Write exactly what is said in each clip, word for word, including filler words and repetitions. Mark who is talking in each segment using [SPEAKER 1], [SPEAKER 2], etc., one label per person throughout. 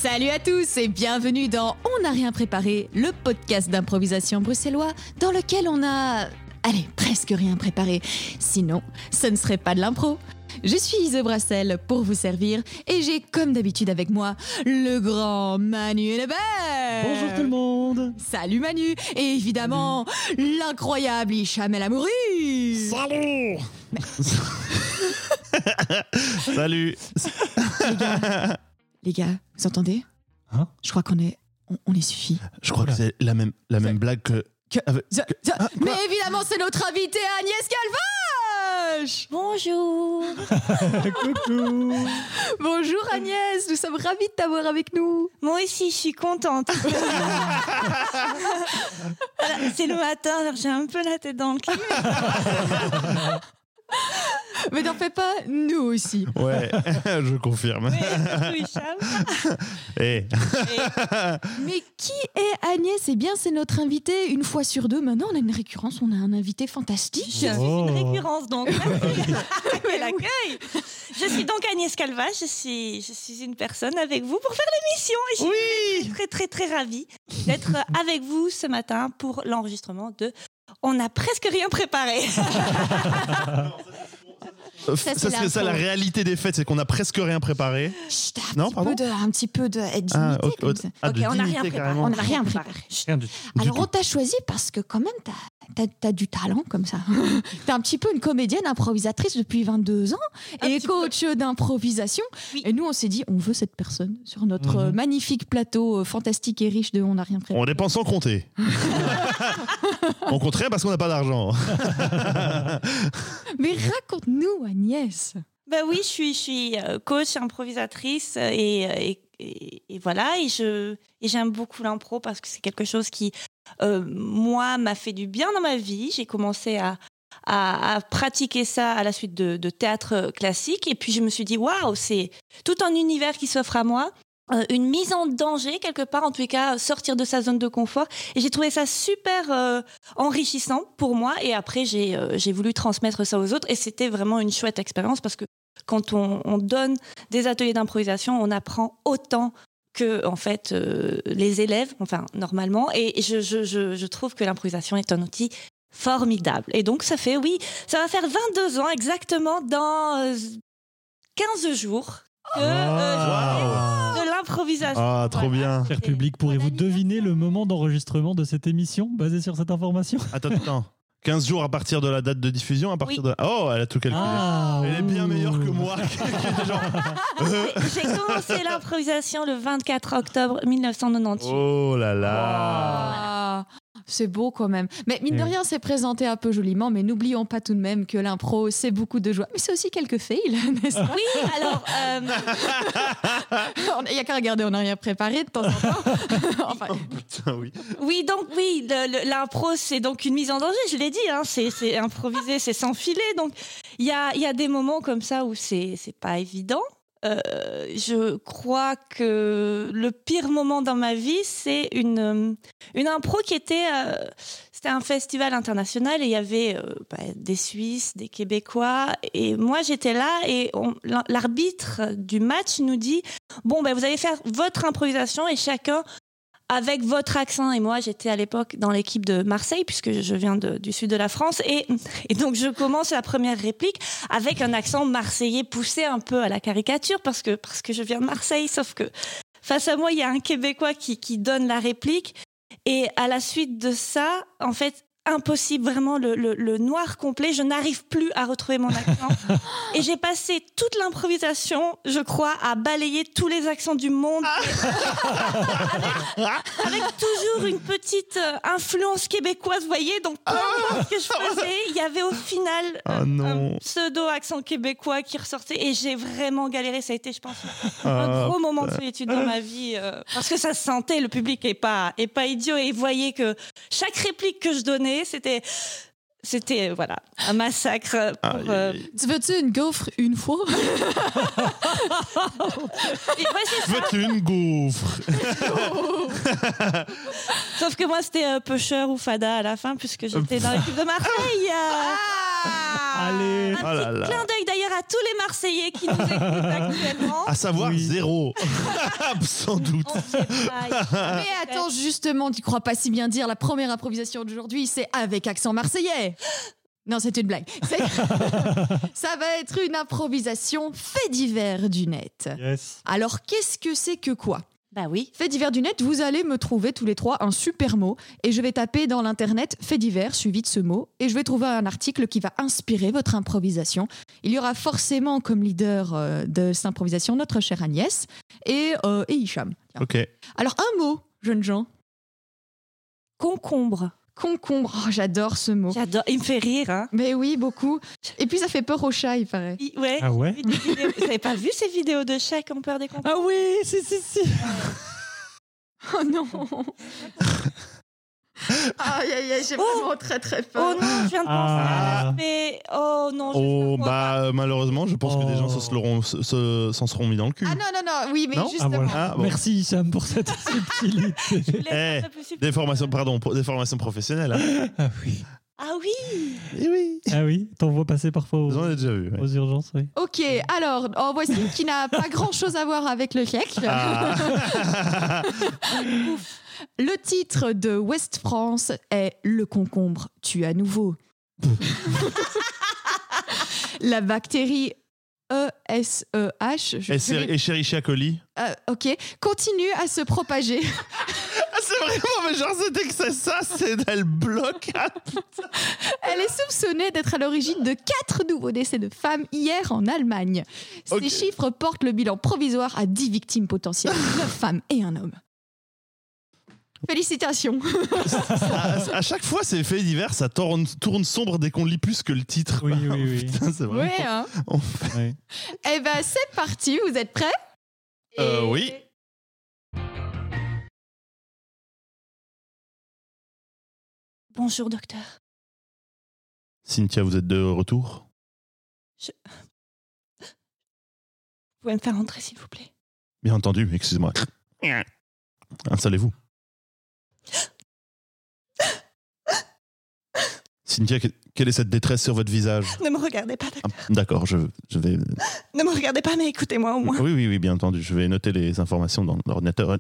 [SPEAKER 1] Salut à tous et bienvenue dans On n'a rien préparé, le podcast d'improvisation bruxellois dans lequel on a, allez, presque rien préparé. Sinon, ce ne serait pas de l'impro. Je suis Ise Brassel pour vous servir et j'ai comme d'habitude avec moi le grand Manu Hennebert.
[SPEAKER 2] Bonjour tout le monde.
[SPEAKER 1] Salut Manu et évidemment Salut. L'incroyable Hicham El Amouri.
[SPEAKER 2] Salut.
[SPEAKER 3] Salut.
[SPEAKER 1] Les gars, les gars, vous entendez
[SPEAKER 2] hein
[SPEAKER 1] Je crois qu'on est, on, on est suffi.
[SPEAKER 3] Je crois que c'est la même, la même blague que...
[SPEAKER 1] Que-
[SPEAKER 3] avec-
[SPEAKER 1] Ça-
[SPEAKER 3] que-
[SPEAKER 1] ça-
[SPEAKER 3] Ah,
[SPEAKER 1] mais
[SPEAKER 3] quoi
[SPEAKER 1] évidemment, c'est notre invité Agnès Calvache.
[SPEAKER 4] Bonjour.
[SPEAKER 2] Coucou.
[SPEAKER 1] Bonjour Agnès, nous sommes ravis de t'avoir avec nous.
[SPEAKER 4] Moi aussi, je suis contente. Voilà, c'est le matin, alors j'ai un peu la tête dans le cul.
[SPEAKER 1] Mais n'en fais pas, nous aussi.
[SPEAKER 3] Ouais, je confirme.
[SPEAKER 4] Oui, Hicham.
[SPEAKER 3] Eh,
[SPEAKER 1] Mais qui est Agnès Eh bien, c'est notre invité une fois sur deux. Maintenant, on a une récurrence, on a un invité fantastique.
[SPEAKER 4] Je suis
[SPEAKER 2] Oh.
[SPEAKER 4] une récurrence, donc. Merci. Quel accueil. Je suis donc Agnès Calvache. Je suis, je suis une personne avec vous pour faire l'émission. Et je suis
[SPEAKER 3] oui.
[SPEAKER 4] très, très, très ravie d'être avec vous ce matin pour l'enregistrement de On n'a presque rien préparé.
[SPEAKER 3] Ça,
[SPEAKER 1] c'est
[SPEAKER 3] serait
[SPEAKER 1] l'intro.
[SPEAKER 3] ça la réalité des fêtes, c'est qu'on a presque rien préparé.
[SPEAKER 1] Chut, un,
[SPEAKER 3] Non,
[SPEAKER 1] petit
[SPEAKER 3] pardon
[SPEAKER 1] peu de, un petit peu de eh, dignité.
[SPEAKER 3] Ah, ok,
[SPEAKER 1] comme
[SPEAKER 3] ok.
[SPEAKER 1] ça.
[SPEAKER 3] Ah,
[SPEAKER 4] Ok,
[SPEAKER 3] de
[SPEAKER 4] on n'a
[SPEAKER 3] dignité,
[SPEAKER 4] rien préparé.
[SPEAKER 3] carrément.
[SPEAKER 1] On n'a rien préparé.
[SPEAKER 2] Rien du tout.
[SPEAKER 1] Alors, on t'a choisi parce que quand même, t'as, t'as, t'as du talent comme ça. T'es un petit peu une comédienne improvisatrice depuis vingt-deux ans
[SPEAKER 4] Un
[SPEAKER 1] et
[SPEAKER 4] petit
[SPEAKER 1] coach d'improvisation.
[SPEAKER 4] Oui.
[SPEAKER 1] Et nous, on s'est dit, on veut cette personne sur notre
[SPEAKER 2] Mhm.
[SPEAKER 1] euh, magnifique plateau euh, fantastique et riche de On n'a rien préparé.
[SPEAKER 3] On dépense sans compter. On compte rien parce qu'on n'a pas d'argent.
[SPEAKER 1] Mais raconte-nous, Agnès.
[SPEAKER 4] Ben oui, je suis, je suis euh, coach, improvisatrice euh, et, et, et, et voilà. Et, je, et j'aime beaucoup l'impro parce que c'est quelque chose qui, euh, moi, m'a fait du bien dans ma vie. J'ai commencé à, à, à pratiquer ça à la suite de, de théâtre classique. Et puis, je me suis dit, waouh, c'est tout un univers qui s'offre à moi. Euh, une mise en danger, quelque part, en tout cas, sortir de sa zone de confort. Et j'ai trouvé ça super euh, enrichissant pour moi. Et après, j'ai, euh, j'ai voulu transmettre ça aux autres. Et c'était vraiment une chouette expérience parce que quand on, on donne des ateliers d'improvisation, on apprend autant que, en fait, euh, les élèves, enfin, normalement. Et je, je, je, je trouve que l'improvisation est un outil formidable. Et donc, ça fait, oui, ça va faire vingt-deux ans exactement dans euh, quinze jours que euh, je fais de l'improvisation.
[SPEAKER 3] Ah, trop bien.
[SPEAKER 2] Cher public, pourrez-vous deviner le moment d'enregistrement de cette émission basée sur cette information?
[SPEAKER 3] Attends, attends. quinze jours à partir de la date de diffusion, à partir
[SPEAKER 4] Oui.
[SPEAKER 3] de... Oh, elle a tout calculé.
[SPEAKER 2] Ah,
[SPEAKER 3] Elle est bien
[SPEAKER 2] ouh.
[SPEAKER 3] meilleure que moi. qui est genre...
[SPEAKER 4] J'ai commencé l'improvisation le vingt-quatre octobre mille neuf cent quatre-vingt-dix-huit.
[SPEAKER 3] Oh là là.
[SPEAKER 1] Ah, c'est beau quand même. Mais mine de
[SPEAKER 2] Eh
[SPEAKER 1] rien, c'est présenté un peu joliment, mais n'oublions pas tout de même que l'impro, c'est beaucoup de joie. Mais c'est aussi quelques fails, n'est-ce pas
[SPEAKER 4] Oui, alors, euh,
[SPEAKER 1] Il n'y a qu'à regarder, on n'a rien préparé de temps en temps. Enfin,
[SPEAKER 3] Oh putain, oui.
[SPEAKER 4] oui, donc oui, le- le- l'impro, c'est donc une mise en danger, je l'ai dit, hein, c'est, c'est improvisé, c'est sans filet. Donc, il y a, il y a des moments comme ça où c'est, c'est pas évident. Euh, je crois que le pire moment dans ma vie, c'est une, euh, une impro qui était... euh, c'était un festival international et il y avait euh, bah, des Suisses, des Québécois. Et moi, j'étais là et on- l'arbitre du match nous dit « Bon, ben, vous allez faire votre improvisation et chacun... » avec votre accent. Et moi, j'étais à l'époque dans l'équipe de Marseille, puisque je viens de- du sud de la France. Et, et donc, je commence la première réplique avec un accent marseillais poussé un peu à la caricature, parce que, parce que je viens de Marseille. Sauf que face à moi, il y a un Québécois qui, qui donne la réplique. Et à la suite de ça, en fait, impossible, vraiment le, le, le noir complet. Je n'arrive plus à retrouver mon accent. Et j'ai passé toute l'improvisation, je crois, à balayer tous les accents du monde. avec, avec toujours une petite euh, influence québécoise, vous voyez. Donc, peu importe ce que je faisais, il y avait au final
[SPEAKER 3] Ah
[SPEAKER 4] un,
[SPEAKER 3] non.
[SPEAKER 4] un pseudo-accent québécois qui ressortait. Et j'ai vraiment galéré. Ça a été, je pense,
[SPEAKER 3] Ah,
[SPEAKER 4] un gros moment de solitude dans ma vie. euh, parce que ça se sentait, le public est pas, est pas idiot. Et voyait que chaque réplique que je donnais, c'était... C'était, euh, voilà, un massacre pour...
[SPEAKER 3] Aïe,
[SPEAKER 4] euh,
[SPEAKER 3] aïe, aïe.
[SPEAKER 1] tu veux-tu une gaufre une fois
[SPEAKER 4] et ouais, c'est ça.
[SPEAKER 3] Veux-tu une gaufre?
[SPEAKER 4] Sauf que moi, c'était euh, Pusher ou Fada à la fin, puisque j'étais dans l'équipe de Marseille. euh.
[SPEAKER 2] Allez.
[SPEAKER 4] Un
[SPEAKER 3] Oh là
[SPEAKER 4] petit
[SPEAKER 3] là.
[SPEAKER 4] clin d'œil d'ailleurs à tous les Marseillais qui nous écoutent actuellement.
[SPEAKER 3] À savoir
[SPEAKER 2] Oui.
[SPEAKER 3] zéro. Sans doute.
[SPEAKER 4] On sait pas.
[SPEAKER 1] Mais attends, justement, tu crois pas si bien dire, la première improvisation d'aujourd'hui, c'est avec accent marseillais. Non, c'est une blague. C'est- Ça va être une improvisation fait divers du net.
[SPEAKER 2] Yes.
[SPEAKER 1] Alors, qu'est-ce que c'est que quoi ?
[SPEAKER 4] Bah oui.
[SPEAKER 1] Fait divers du net, vous allez me trouver tous les trois un super mot et je vais taper dans l'internet fait divers suivi de ce mot et je vais trouver un article qui va inspirer votre improvisation. Il y aura forcément comme leader euh, de cette improvisation notre chère Agnès et, euh, et Hicham. Tiens.
[SPEAKER 3] Ok.
[SPEAKER 1] Alors un mot, jeunes gens.
[SPEAKER 4] Concombre.
[SPEAKER 1] Concombre, oh, j'adore ce mot.
[SPEAKER 4] J'adore. Il me fait rire. Hein.
[SPEAKER 1] Mais oui, beaucoup. Et puis ça fait peur aux chats, il paraît.
[SPEAKER 4] Il- Ouais.
[SPEAKER 2] Ah ouais?
[SPEAKER 4] Des vidéos- Vous avez pas vu ces vidéos de chats qui ont peur des concombres?
[SPEAKER 2] Ah oui, si, si, si.
[SPEAKER 1] Oh non. Aïe aïe aïe, j'ai
[SPEAKER 4] Oh.
[SPEAKER 1] vraiment très très
[SPEAKER 4] Oh
[SPEAKER 1] peur.
[SPEAKER 4] non, je viens de penser
[SPEAKER 2] Ah.
[SPEAKER 4] à l'aspect. Oh non, je
[SPEAKER 3] Oh,
[SPEAKER 4] sais pas.
[SPEAKER 3] bah, euh, malheureusement, je pense que des gens
[SPEAKER 2] Oh.
[SPEAKER 3] se seront- se- se- s'en seront mis dans le cul.
[SPEAKER 1] Ah non non non, oui mais
[SPEAKER 3] Non
[SPEAKER 2] Ah
[SPEAKER 1] justement.
[SPEAKER 2] voilà.
[SPEAKER 3] Ah, bon.
[SPEAKER 2] Merci Hicham pour cette subtilité.
[SPEAKER 4] Je voulais
[SPEAKER 3] Eh,
[SPEAKER 4] faire un peu plus
[SPEAKER 3] Des formations, pardon, pro- des formations professionnelles. Hein.
[SPEAKER 2] Ah oui.
[SPEAKER 4] Ah oui.
[SPEAKER 3] Eh oui.
[SPEAKER 2] Ah oui, t'en vois passer parfois aux,
[SPEAKER 3] J'en ai déjà vu. ouais.
[SPEAKER 2] aux urgences, oui.
[SPEAKER 1] Ok, alors en voici une qui n'a pas grand chose à voir avec le siècle.
[SPEAKER 3] Ah.
[SPEAKER 1] Le titre de West France est Le concombre tue à nouveau. La bactérie E S E H je-
[SPEAKER 3] Et
[SPEAKER 1] je
[SPEAKER 3] Ser-
[SPEAKER 1] l'ai-
[SPEAKER 3] Escherichia coli.
[SPEAKER 1] euh, ok, continue à se propager.
[SPEAKER 3] Ah, c'est vraiment, mais genre, c'était que c'est ça, c'est elle bloque.
[SPEAKER 1] Elle est soupçonnée d'être à l'origine de quatre nouveaux décès de femmes hier en Allemagne. Ces
[SPEAKER 3] Ok.
[SPEAKER 1] chiffres portent le bilan provisoire à dix victimes potentielles, neuf femmes et un homme. Félicitations.
[SPEAKER 3] à, à chaque fois, ces faits divers, ça tourne, tourne sombre dès qu'on lit plus que le titre.
[SPEAKER 2] Oui, oui, oui.
[SPEAKER 3] Putain, c'est vrai.
[SPEAKER 1] Ouais, hein.
[SPEAKER 2] Oui.
[SPEAKER 1] Eh ben, c'est parti, vous êtes prêts?
[SPEAKER 3] Euh, oui.
[SPEAKER 4] Bonjour, docteur.
[SPEAKER 3] Cynthia, vous êtes de retour?
[SPEAKER 4] Vous pouvez me faire entrer, s'il vous plaît?
[SPEAKER 3] Bien entendu, excusez-moi. Installez-vous. Cynthia, que- quelle est cette détresse sur votre visage?
[SPEAKER 4] Ne me regardez pas, docteur.
[SPEAKER 3] Ah, D'accord, je, je vais.
[SPEAKER 4] Ne me regardez pas, mais écoutez-moi au moins.
[SPEAKER 3] Oui, oui, oui, bien entendu. Je vais noter les informations dans l'ordinateur.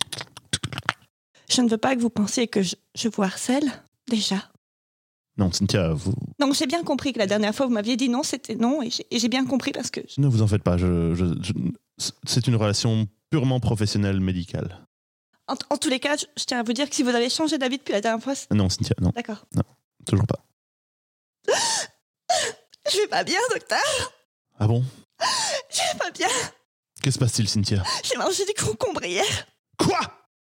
[SPEAKER 4] Je ne veux pas que vous pensiez que je, je vous harcèle, déjà.
[SPEAKER 3] Non, Cynthia, vous
[SPEAKER 4] Non, j'ai bien compris que la dernière fois, vous m'aviez dit non, c'était non, et j'ai, et j'ai bien compris parce que... je-
[SPEAKER 3] ne vous en faites pas. Je, je- je- c'est une relation purement professionnelle médicale.
[SPEAKER 4] En, en tous les cas, je, je tiens à vous dire que si vous avez changé d'avis depuis la dernière fois, c'est-
[SPEAKER 3] Non, Cynthia, non,
[SPEAKER 4] d'accord.
[SPEAKER 3] toujours pas.
[SPEAKER 4] Je vais pas bien, docteur.
[SPEAKER 3] Ah bon?
[SPEAKER 4] Je vais pas bien.
[SPEAKER 3] Que se passe-t-il, Cynthia?
[SPEAKER 4] J'ai mangé du concombre hier.
[SPEAKER 3] Quoi?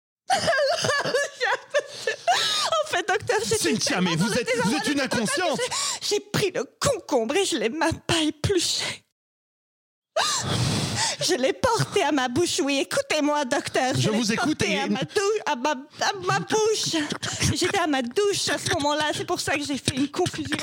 [SPEAKER 4] En fait, docteur, j'étais
[SPEAKER 3] Cynthia,
[SPEAKER 4] tellement
[SPEAKER 3] mais
[SPEAKER 4] dans
[SPEAKER 3] vous
[SPEAKER 4] le
[SPEAKER 3] êtes,
[SPEAKER 4] désarroi
[SPEAKER 3] vous êtes
[SPEAKER 4] de-
[SPEAKER 3] une inconsciente!
[SPEAKER 4] J'ai pris le concombre et je l'ai même pas épluché. Je l'ai porté à ma bouche, oui. Écoutez-moi, docteur.
[SPEAKER 3] Je
[SPEAKER 4] l'ai
[SPEAKER 3] vous écoute
[SPEAKER 4] porté
[SPEAKER 3] et-
[SPEAKER 4] À ma, dou- à, ma, à ma bouche. J'étais à ma douche à ce moment-là. C'est pour ça que j'ai fait une confusion.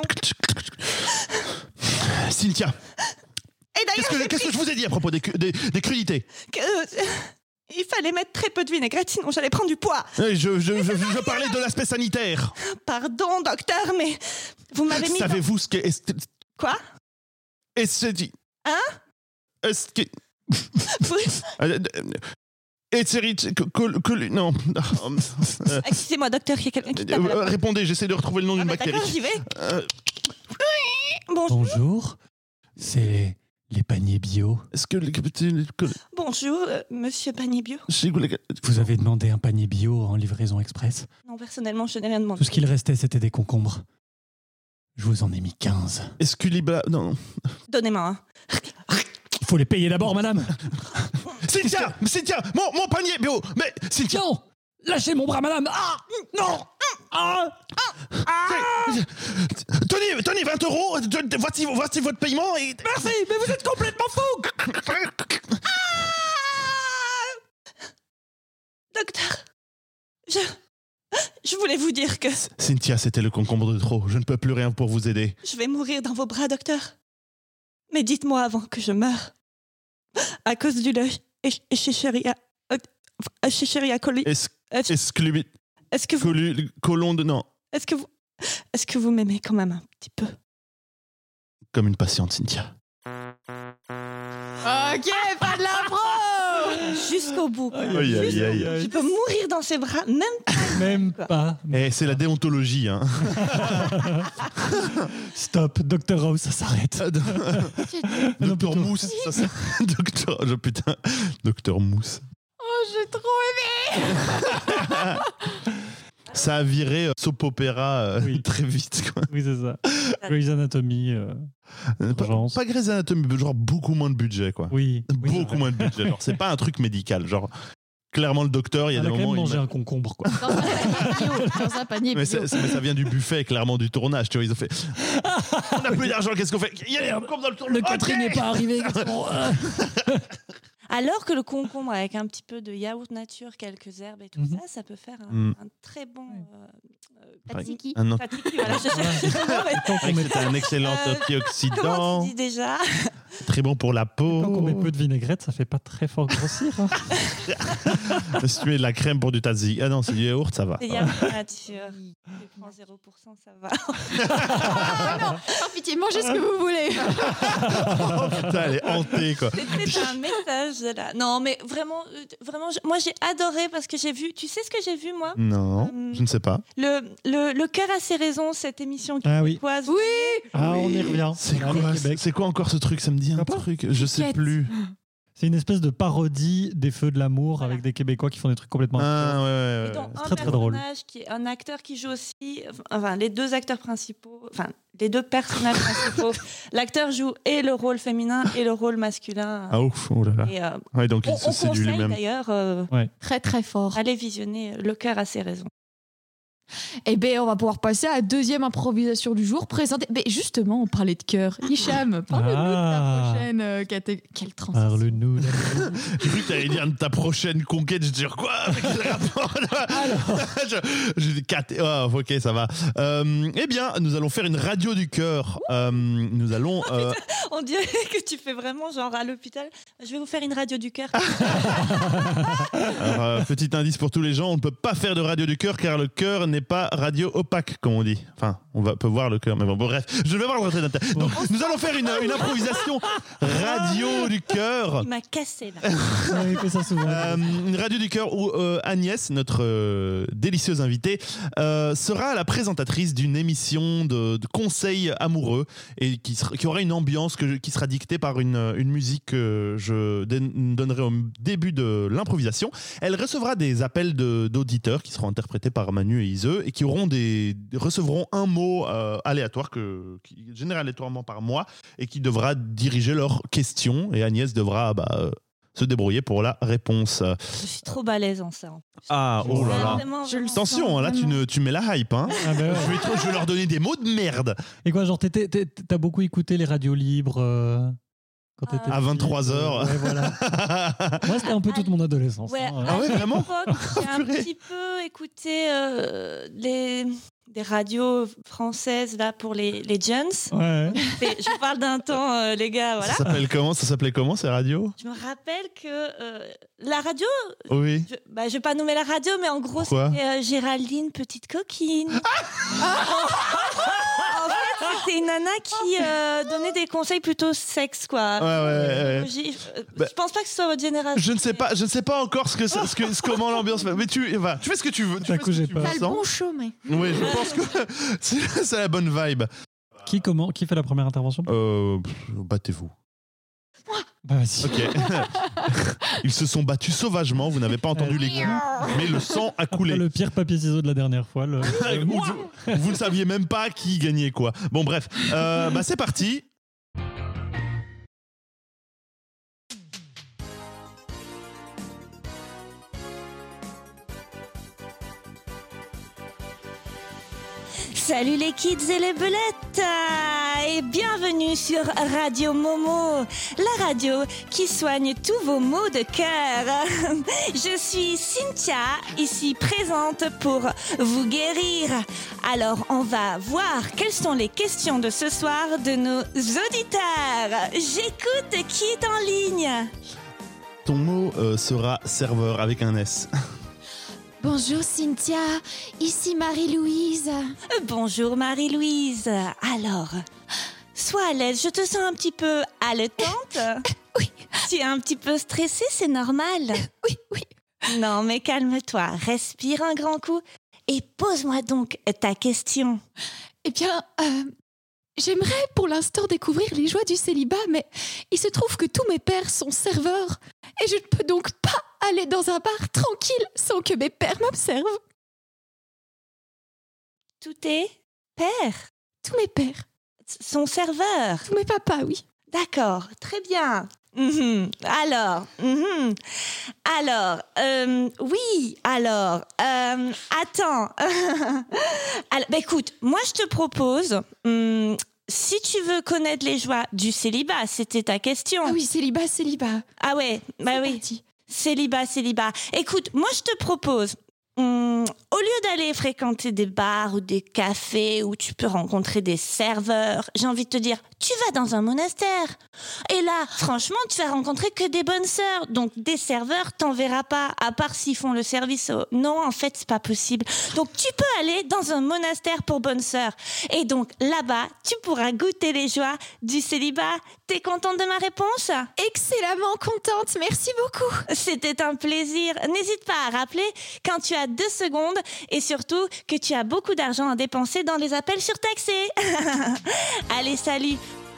[SPEAKER 3] Cynthia,
[SPEAKER 4] Et d'ailleurs,
[SPEAKER 3] qu'est-ce que,
[SPEAKER 4] j'ai
[SPEAKER 3] qu'est-ce que je vous ai dit à propos des, cu- des, des crudités?
[SPEAKER 4] que, euh, il fallait mettre très peu de vinaigrette, sinon j'allais prendre du poids.
[SPEAKER 3] Eh, Je, je, je, je parlais de l'aspect sanitaire.
[SPEAKER 4] Pardon, docteur, mais vous m'avez mis... dans-
[SPEAKER 3] Savez-vous ce qu'est... Est,
[SPEAKER 4] Quoi?
[SPEAKER 3] est, dit
[SPEAKER 4] Hein?
[SPEAKER 3] Est-ce que...
[SPEAKER 4] Vous-
[SPEAKER 3] Euh, Escherichia coli... coli- Non. Euh,
[SPEAKER 4] Excusez-moi, docteur, il y a quelqu'un qui tape à la
[SPEAKER 3] euh,
[SPEAKER 4] porte.
[SPEAKER 3] répondez, j'essaie de retrouver le nom
[SPEAKER 4] Ah
[SPEAKER 3] d'une
[SPEAKER 4] bah,
[SPEAKER 3] bactérie.
[SPEAKER 4] d'accord, j'y vais.
[SPEAKER 3] Euh,
[SPEAKER 4] Bonjour.
[SPEAKER 2] Bonjour, c'est les paniers bio.
[SPEAKER 3] Est-ce que... le- que-
[SPEAKER 4] Bonjour, euh, monsieur Panier Bio.
[SPEAKER 3] chez-
[SPEAKER 2] Vous avez demandé un panier bio en livraison express.
[SPEAKER 4] Non, personnellement, je n'ai rien demandé.
[SPEAKER 2] Tout ce qu'il restait, c'était des concombres. Je vous en ai mis quinze.
[SPEAKER 3] Esculibla... Non.
[SPEAKER 4] Donnez-moi un.
[SPEAKER 2] Il faut les payer d'abord, madame.
[SPEAKER 3] Cynthia, Cynthia, mon, mon panier bio. Mais Cynthia,
[SPEAKER 2] Non, lâchez mon bras, madame. Ah, non. Ah,
[SPEAKER 3] tenez, tenez vingt euros. de- de- Voici, voici votre paiement. Et...
[SPEAKER 2] merci, mais vous êtes complètement fou.
[SPEAKER 4] Docteur, je... Je voulais vous dire que
[SPEAKER 3] Cynthia, c'était le concombre de trop. Je ne peux plus rien pour vous aider.
[SPEAKER 4] je vais mourir dans vos bras, docteur. Mais dites-moi avant que je meure. À cause du lait et Escherichia... euh, Escherichia coli...
[SPEAKER 3] Est-ce
[SPEAKER 4] Est-ce
[SPEAKER 3] Esclubi...
[SPEAKER 4] est-ce que vous...
[SPEAKER 3] Colu... Colon de... Non.
[SPEAKER 4] Est-ce que vous... Est-ce que vous m'aimez quand même un petit peu?
[SPEAKER 3] comme une patiente, Cynthia.
[SPEAKER 1] Ok, pas de l'impro.
[SPEAKER 4] Jusqu'au bout. quoi.
[SPEAKER 3] Aïe, aïe,
[SPEAKER 4] Jusqu'au
[SPEAKER 3] aïe.
[SPEAKER 4] bout. Je peux mourir dans ses bras, même pas.
[SPEAKER 2] Même pas.
[SPEAKER 3] Eh, c'est la déontologie, hein.
[SPEAKER 2] Stop, Docteur House, ça s'arrête. Non,
[SPEAKER 3] Docteur
[SPEAKER 2] plutôt.
[SPEAKER 3] Mousse, ça c'est. Docteur. Je, putain. Docteur Mousse.
[SPEAKER 1] Oh, j'ai trop aimé.
[SPEAKER 3] Ça a viré euh, soap opéra euh,
[SPEAKER 2] Oui.
[SPEAKER 3] très vite, quoi.
[SPEAKER 2] Oui, c'est ça. Grey's Anatomy. euh,
[SPEAKER 3] Euh, Pas,
[SPEAKER 2] Urgence.
[SPEAKER 3] pas Grey's Anatomy, mais genre beaucoup moins de budget, quoi.
[SPEAKER 2] Oui. oui, c'est
[SPEAKER 3] Beaucoup
[SPEAKER 2] vrai.
[SPEAKER 3] moins de budget. Genre, c'est pas un truc médical. Genre, clairement, le docteur, il y a
[SPEAKER 2] Elle
[SPEAKER 3] des
[SPEAKER 2] a quand même
[SPEAKER 3] moments où il
[SPEAKER 2] mangé
[SPEAKER 3] met-
[SPEAKER 2] un concombre, quoi.
[SPEAKER 1] Dans un panier bio. Dans un panier
[SPEAKER 3] Mais,
[SPEAKER 1] bio.
[SPEAKER 3] c'est- c'est- mais ça vient du buffet, clairement, du tournage. Tu vois, ils ont fait. On n'a plus d'argent, qu'est-ce qu'on fait? Il y a des concombres dans le tournage.
[SPEAKER 2] Le catering n'est pas arrivé. Gaston. Ah.
[SPEAKER 4] Alors que le concombre avec un petit peu de yaourt nature, quelques herbes et tout
[SPEAKER 2] Mhm.
[SPEAKER 4] ça, ça peut faire un,
[SPEAKER 3] Mm.
[SPEAKER 4] un très bon euh, euh,
[SPEAKER 1] Tzatziki.
[SPEAKER 3] Un an.
[SPEAKER 4] tzatziki, voilà, je cherchais le mot, mais-
[SPEAKER 2] Tant qu'on
[SPEAKER 3] C'est vrai que
[SPEAKER 2] met,
[SPEAKER 3] C'était un excellent
[SPEAKER 4] Euh, Comment
[SPEAKER 3] antioxydant,
[SPEAKER 4] tu dis déjà?
[SPEAKER 3] très bon pour la
[SPEAKER 2] tant qu'on met
[SPEAKER 3] peau.
[SPEAKER 2] peu de vinaigrette, ça fait pas très fort grossir. hein.
[SPEAKER 3] Si tu mets de la crème pour du tzatziki, ah non, c'est du yaourt, ça va.
[SPEAKER 4] C'est yaourt nature. Tu prends zéro pour cent, ça va.
[SPEAKER 1] Oh, pitié, mangez ce que vous voulez.
[SPEAKER 3] Oh putain, elle est hantée, quoi.
[SPEAKER 4] C'était un message de là. Non, mais vraiment, euh, vraiment, je- moi j'ai adoré parce que j'ai vu. Tu sais ce que j'ai vu moi?
[SPEAKER 3] Non,
[SPEAKER 4] Euh,
[SPEAKER 3] je ne sais pas.
[SPEAKER 4] Le, le, le cœur a ses raisons, cette émission
[SPEAKER 2] Ah oui.
[SPEAKER 4] québécoise.
[SPEAKER 1] Oui.
[SPEAKER 2] Ah, on y revient.
[SPEAKER 3] C'est
[SPEAKER 2] On est
[SPEAKER 3] quoi,
[SPEAKER 2] au Québec.
[SPEAKER 3] c'est quoi encore ce truc? Ça me dit un
[SPEAKER 2] Quoi pas
[SPEAKER 3] truc, je sais
[SPEAKER 1] Quête.
[SPEAKER 3] plus.
[SPEAKER 2] C'est une espèce de parodie des Feux de l'amour
[SPEAKER 4] Voilà.
[SPEAKER 2] avec des Québécois qui font des trucs complètement absurdes.
[SPEAKER 3] Ah ouais,
[SPEAKER 4] Et
[SPEAKER 3] ouais,
[SPEAKER 4] dont
[SPEAKER 3] ouais.
[SPEAKER 4] un
[SPEAKER 2] très, très drôle.
[SPEAKER 4] personnage qui est un acteur qui joue aussi, enfin les deux acteurs principaux, enfin les deux personnages principaux. L'acteur joue et le rôle féminin et le rôle masculin.
[SPEAKER 3] Ah ouf, oh là là.
[SPEAKER 4] Et, euh,
[SPEAKER 3] Ouais, donc
[SPEAKER 4] on,
[SPEAKER 3] il se
[SPEAKER 4] on
[SPEAKER 3] séduit
[SPEAKER 4] conseille
[SPEAKER 3] lui-même.
[SPEAKER 4] d'ailleurs, euh,
[SPEAKER 1] Très très fort.
[SPEAKER 4] allez visionner Le cœur a ses raisons.
[SPEAKER 1] Eh bien, on va pouvoir passer à la deuxième improvisation du jour. Présenter. Mais justement, on parlait de cœur. Hicham, parle-nous de ta
[SPEAKER 2] Ah.
[SPEAKER 1] prochaine euh, catégorie. Quelle transition.
[SPEAKER 2] Parle-nous d'amour.
[SPEAKER 3] J'ai cru que t'allais dire de ta prochaine conquête. Je dis quoi? Avec quel rapport? Je- J'ai dit quatre. Oh, ok, ça va. Euh, eh bien, nous allons faire une radio du cœur. Euh, nous allons. euh,
[SPEAKER 4] On dirait que tu fais vraiment genre à l'hôpital. Je vais vous faire une radio du cœur.
[SPEAKER 3] alors, euh, petit indice pour tous les gens, on ne peut pas faire de radio du cœur car le cœur n'est pas radio opaque, comme on dit. Enfin, on va, peut voir le cœur, mais bon, bon, bref, je vais voir le retrait d'intérêt. Donc, nous allons faire une, une improvisation radio du cœur.
[SPEAKER 4] Il m'a cassé là.
[SPEAKER 2] Ouais, il fait ça souvent.
[SPEAKER 3] Euh, une radio du cœur où euh, Agnès, notre euh, délicieuse invitée, euh, sera la présentatrice d'une émission de, de conseils amoureux et qui, sera- qui aura une ambiance que je- qui sera dictée par une, une musique que je dé- donnerai au début de l'improvisation. Elle recevra des appels de- d'auditeurs qui seront interprétés par Manu et Iseux et qui auront des, recevront un mot euh, aléatoire que, qui est généré aléatoirement par moi et qui devra diriger leurs questions et Agnès devra bah, euh, se débrouiller pour la réponse.
[SPEAKER 4] Je suis trop balèze en ça. en plus.
[SPEAKER 3] Ah, oh là là.
[SPEAKER 4] Vraiment,
[SPEAKER 1] Je le
[SPEAKER 4] vraiment.
[SPEAKER 3] Attention, là tu, ne, tu mets la hype. Hein.
[SPEAKER 2] Ah bah ouais.
[SPEAKER 3] Je, vais trop- je vais leur donner des mots de merde.
[SPEAKER 2] Et quoi, genre, t'étais- t'étais- t'as beaucoup écouté les radios libres euh, quand t'étais
[SPEAKER 4] À
[SPEAKER 2] petit,
[SPEAKER 3] vingt-trois
[SPEAKER 2] euh,
[SPEAKER 3] heures.
[SPEAKER 2] Ouais, voilà. Moi, c'était un peu toute mon adolescence.
[SPEAKER 4] Ouais,
[SPEAKER 2] hein.
[SPEAKER 3] Ah ouais,
[SPEAKER 4] à
[SPEAKER 3] vraiment
[SPEAKER 4] l'époque, J'ai un
[SPEAKER 3] Purée.
[SPEAKER 4] petit peu écouté euh, les, des radios françaises là pour les, les jeunes.
[SPEAKER 2] Ouais.
[SPEAKER 4] Et je parle d'un temps, euh, les gars, voilà.
[SPEAKER 3] Ça s'appelle comment? Ça s'appelait comment ces radios?
[SPEAKER 4] Je me rappelle que euh, la radio,
[SPEAKER 3] Oui.
[SPEAKER 4] je, bah, je vais pas nommer la radio, mais en gros,
[SPEAKER 3] Pourquoi
[SPEAKER 4] c'était euh, Géraldine, petite coquine. En fait, c'était une nana qui euh, donnait des conseils plutôt sexe, quoi.
[SPEAKER 3] Ouais, ouais, ouais, ouais.
[SPEAKER 4] J'ai- euh,
[SPEAKER 3] Bah,
[SPEAKER 4] je pense pas que ce soit votre génération.
[SPEAKER 3] Je ne sais pas, je ne sais pas encore ce que, c'est- ce que ce- comment l'ambiance va. Mais tu, va, tu fais ce que tu veux. Tu
[SPEAKER 2] D'un
[SPEAKER 3] fais
[SPEAKER 2] coup,
[SPEAKER 3] ce que
[SPEAKER 2] j'ai
[SPEAKER 3] tu
[SPEAKER 2] peur.
[SPEAKER 1] T'as le
[SPEAKER 3] sens.
[SPEAKER 1] bon show, mais.
[SPEAKER 3] Oui, je pense que c'est c'est la bonne vibe.
[SPEAKER 2] Qui, comment, qui fait la première intervention?
[SPEAKER 3] Euh, pff, battez-vous.
[SPEAKER 2] Bah, vas-y.
[SPEAKER 3] Ok. Ils se sont battus sauvagement. Vous n'avez pas entendu les coups, mais le sang a
[SPEAKER 2] Après
[SPEAKER 3] coulé.
[SPEAKER 2] le pire papier-ciseaux de la dernière fois. Le...
[SPEAKER 3] Euh, vous, vous ne saviez même pas qui gagnait quoi. Bon bref, Euh, bah c'est parti.
[SPEAKER 4] Salut les kids et les belettes euh, et bienvenue sur Radio Momo, la radio qui soigne tous vos maux de cœur. Je suis Cynthia, ici présente pour vous guérir. Alors on va voir quelles sont les questions de ce soir de nos auditeurs. J'écoute qui est en ligne.
[SPEAKER 3] Ton mot euh, sera serveur avec un S.
[SPEAKER 1] Bonjour Cynthia, ici Marie-Louise.
[SPEAKER 4] Bonjour Marie-Louise. Alors, sois à l'aise. Je te sens un petit peu haletante.
[SPEAKER 1] Oui.
[SPEAKER 4] Tu es un petit peu stressée, c'est normal.
[SPEAKER 1] Oui, oui.
[SPEAKER 4] Non, mais calme-toi. Respire un grand coup et pose-moi donc ta question.
[SPEAKER 1] Eh bien, euh, j'aimerais pour l'instant découvrir les joies du célibat, mais il se trouve que tous mes pères sont serveurs et je ne peux donc pas aller dans un bar tranquille sans que mes pères m'observent.
[SPEAKER 4] Tous tes pères
[SPEAKER 1] Tous mes pères,
[SPEAKER 4] sont serveurs.
[SPEAKER 1] tous mes papas, oui.
[SPEAKER 4] D'accord, très bien. Mhm. Alors, mhm. alors, euh, oui, alors, euh, attends. alors, bah, écoute, moi je te propose, hum, si tu veux connaître les joies du célibat, c'était ta question.
[SPEAKER 1] Ah oui, célibat, célibat.
[SPEAKER 4] Ah ouais, bah
[SPEAKER 1] C'est
[SPEAKER 4] oui,
[SPEAKER 1] parti.
[SPEAKER 4] célibat, célibat. Écoute, moi je te propose, hum, au lieu d'aller fréquenter des bars ou des cafés où tu peux rencontrer des serveurs, j'ai envie de te dire, tu vas dans un monastère. Et là, franchement, tu vas rencontrer que des bonnes sœurs. Donc, des serveurs, t'en verras pas, à part s'ils font le service. Au... Non, en fait, c'est pas possible. Donc, tu peux aller dans un monastère pour bonnes sœurs. Et donc, là-bas, tu pourras goûter les joies du célibat. T'es contente de ma réponse ?
[SPEAKER 1] Excellemment contente, merci beaucoup.
[SPEAKER 4] C'était un plaisir. N'hésite pas à rappeler quand tu as deux secondes et surtout que tu as beaucoup d'argent à dépenser dans les appels surtaxés. Allez, salut.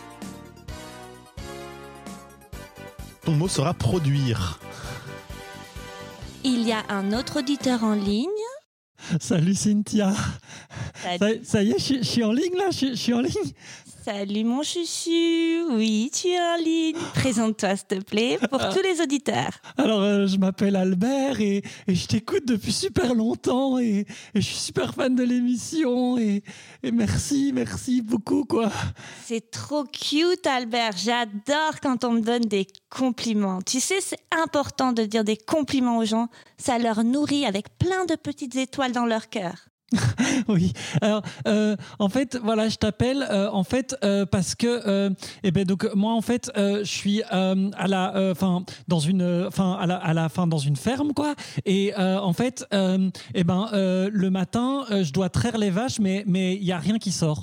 [SPEAKER 3] Ton mot sera produire.
[SPEAKER 4] Il y a un autre auditeur en ligne.
[SPEAKER 2] Salut Cynthia.
[SPEAKER 4] Salut,
[SPEAKER 2] Ça, ça y est, je suis- je suis en ligne là, je je suis en ligne.
[SPEAKER 4] Salut mon chouchou. Oui, tu es en ligne. Présente-toi, s'il te plaît, pour tous les auditeurs.
[SPEAKER 2] Alors, euh, je m'appelle Albert et, et je t'écoute depuis super longtemps et, et je suis super fan de l'émission et, et merci, merci beaucoup quoi.
[SPEAKER 4] C'est trop cute, Albert. J'adore quand on me donne des compliments. Tu sais, c'est important de dire des compliments aux gens. Ça leur nourrit avec plein de petites étoiles dans leur cœur.
[SPEAKER 2] Oui. Alors, euh, en fait, voilà, je t'appelle euh, en fait euh, parce que, euh, eh ben donc moi en fait, euh, je suis euh, à la, enfin dans une, enfin à la, à la fin dans une ferme quoi. Et euh, en fait, euh, eh ben euh, le matin, euh, je dois traire les vaches, mais mais il y a rien qui sort.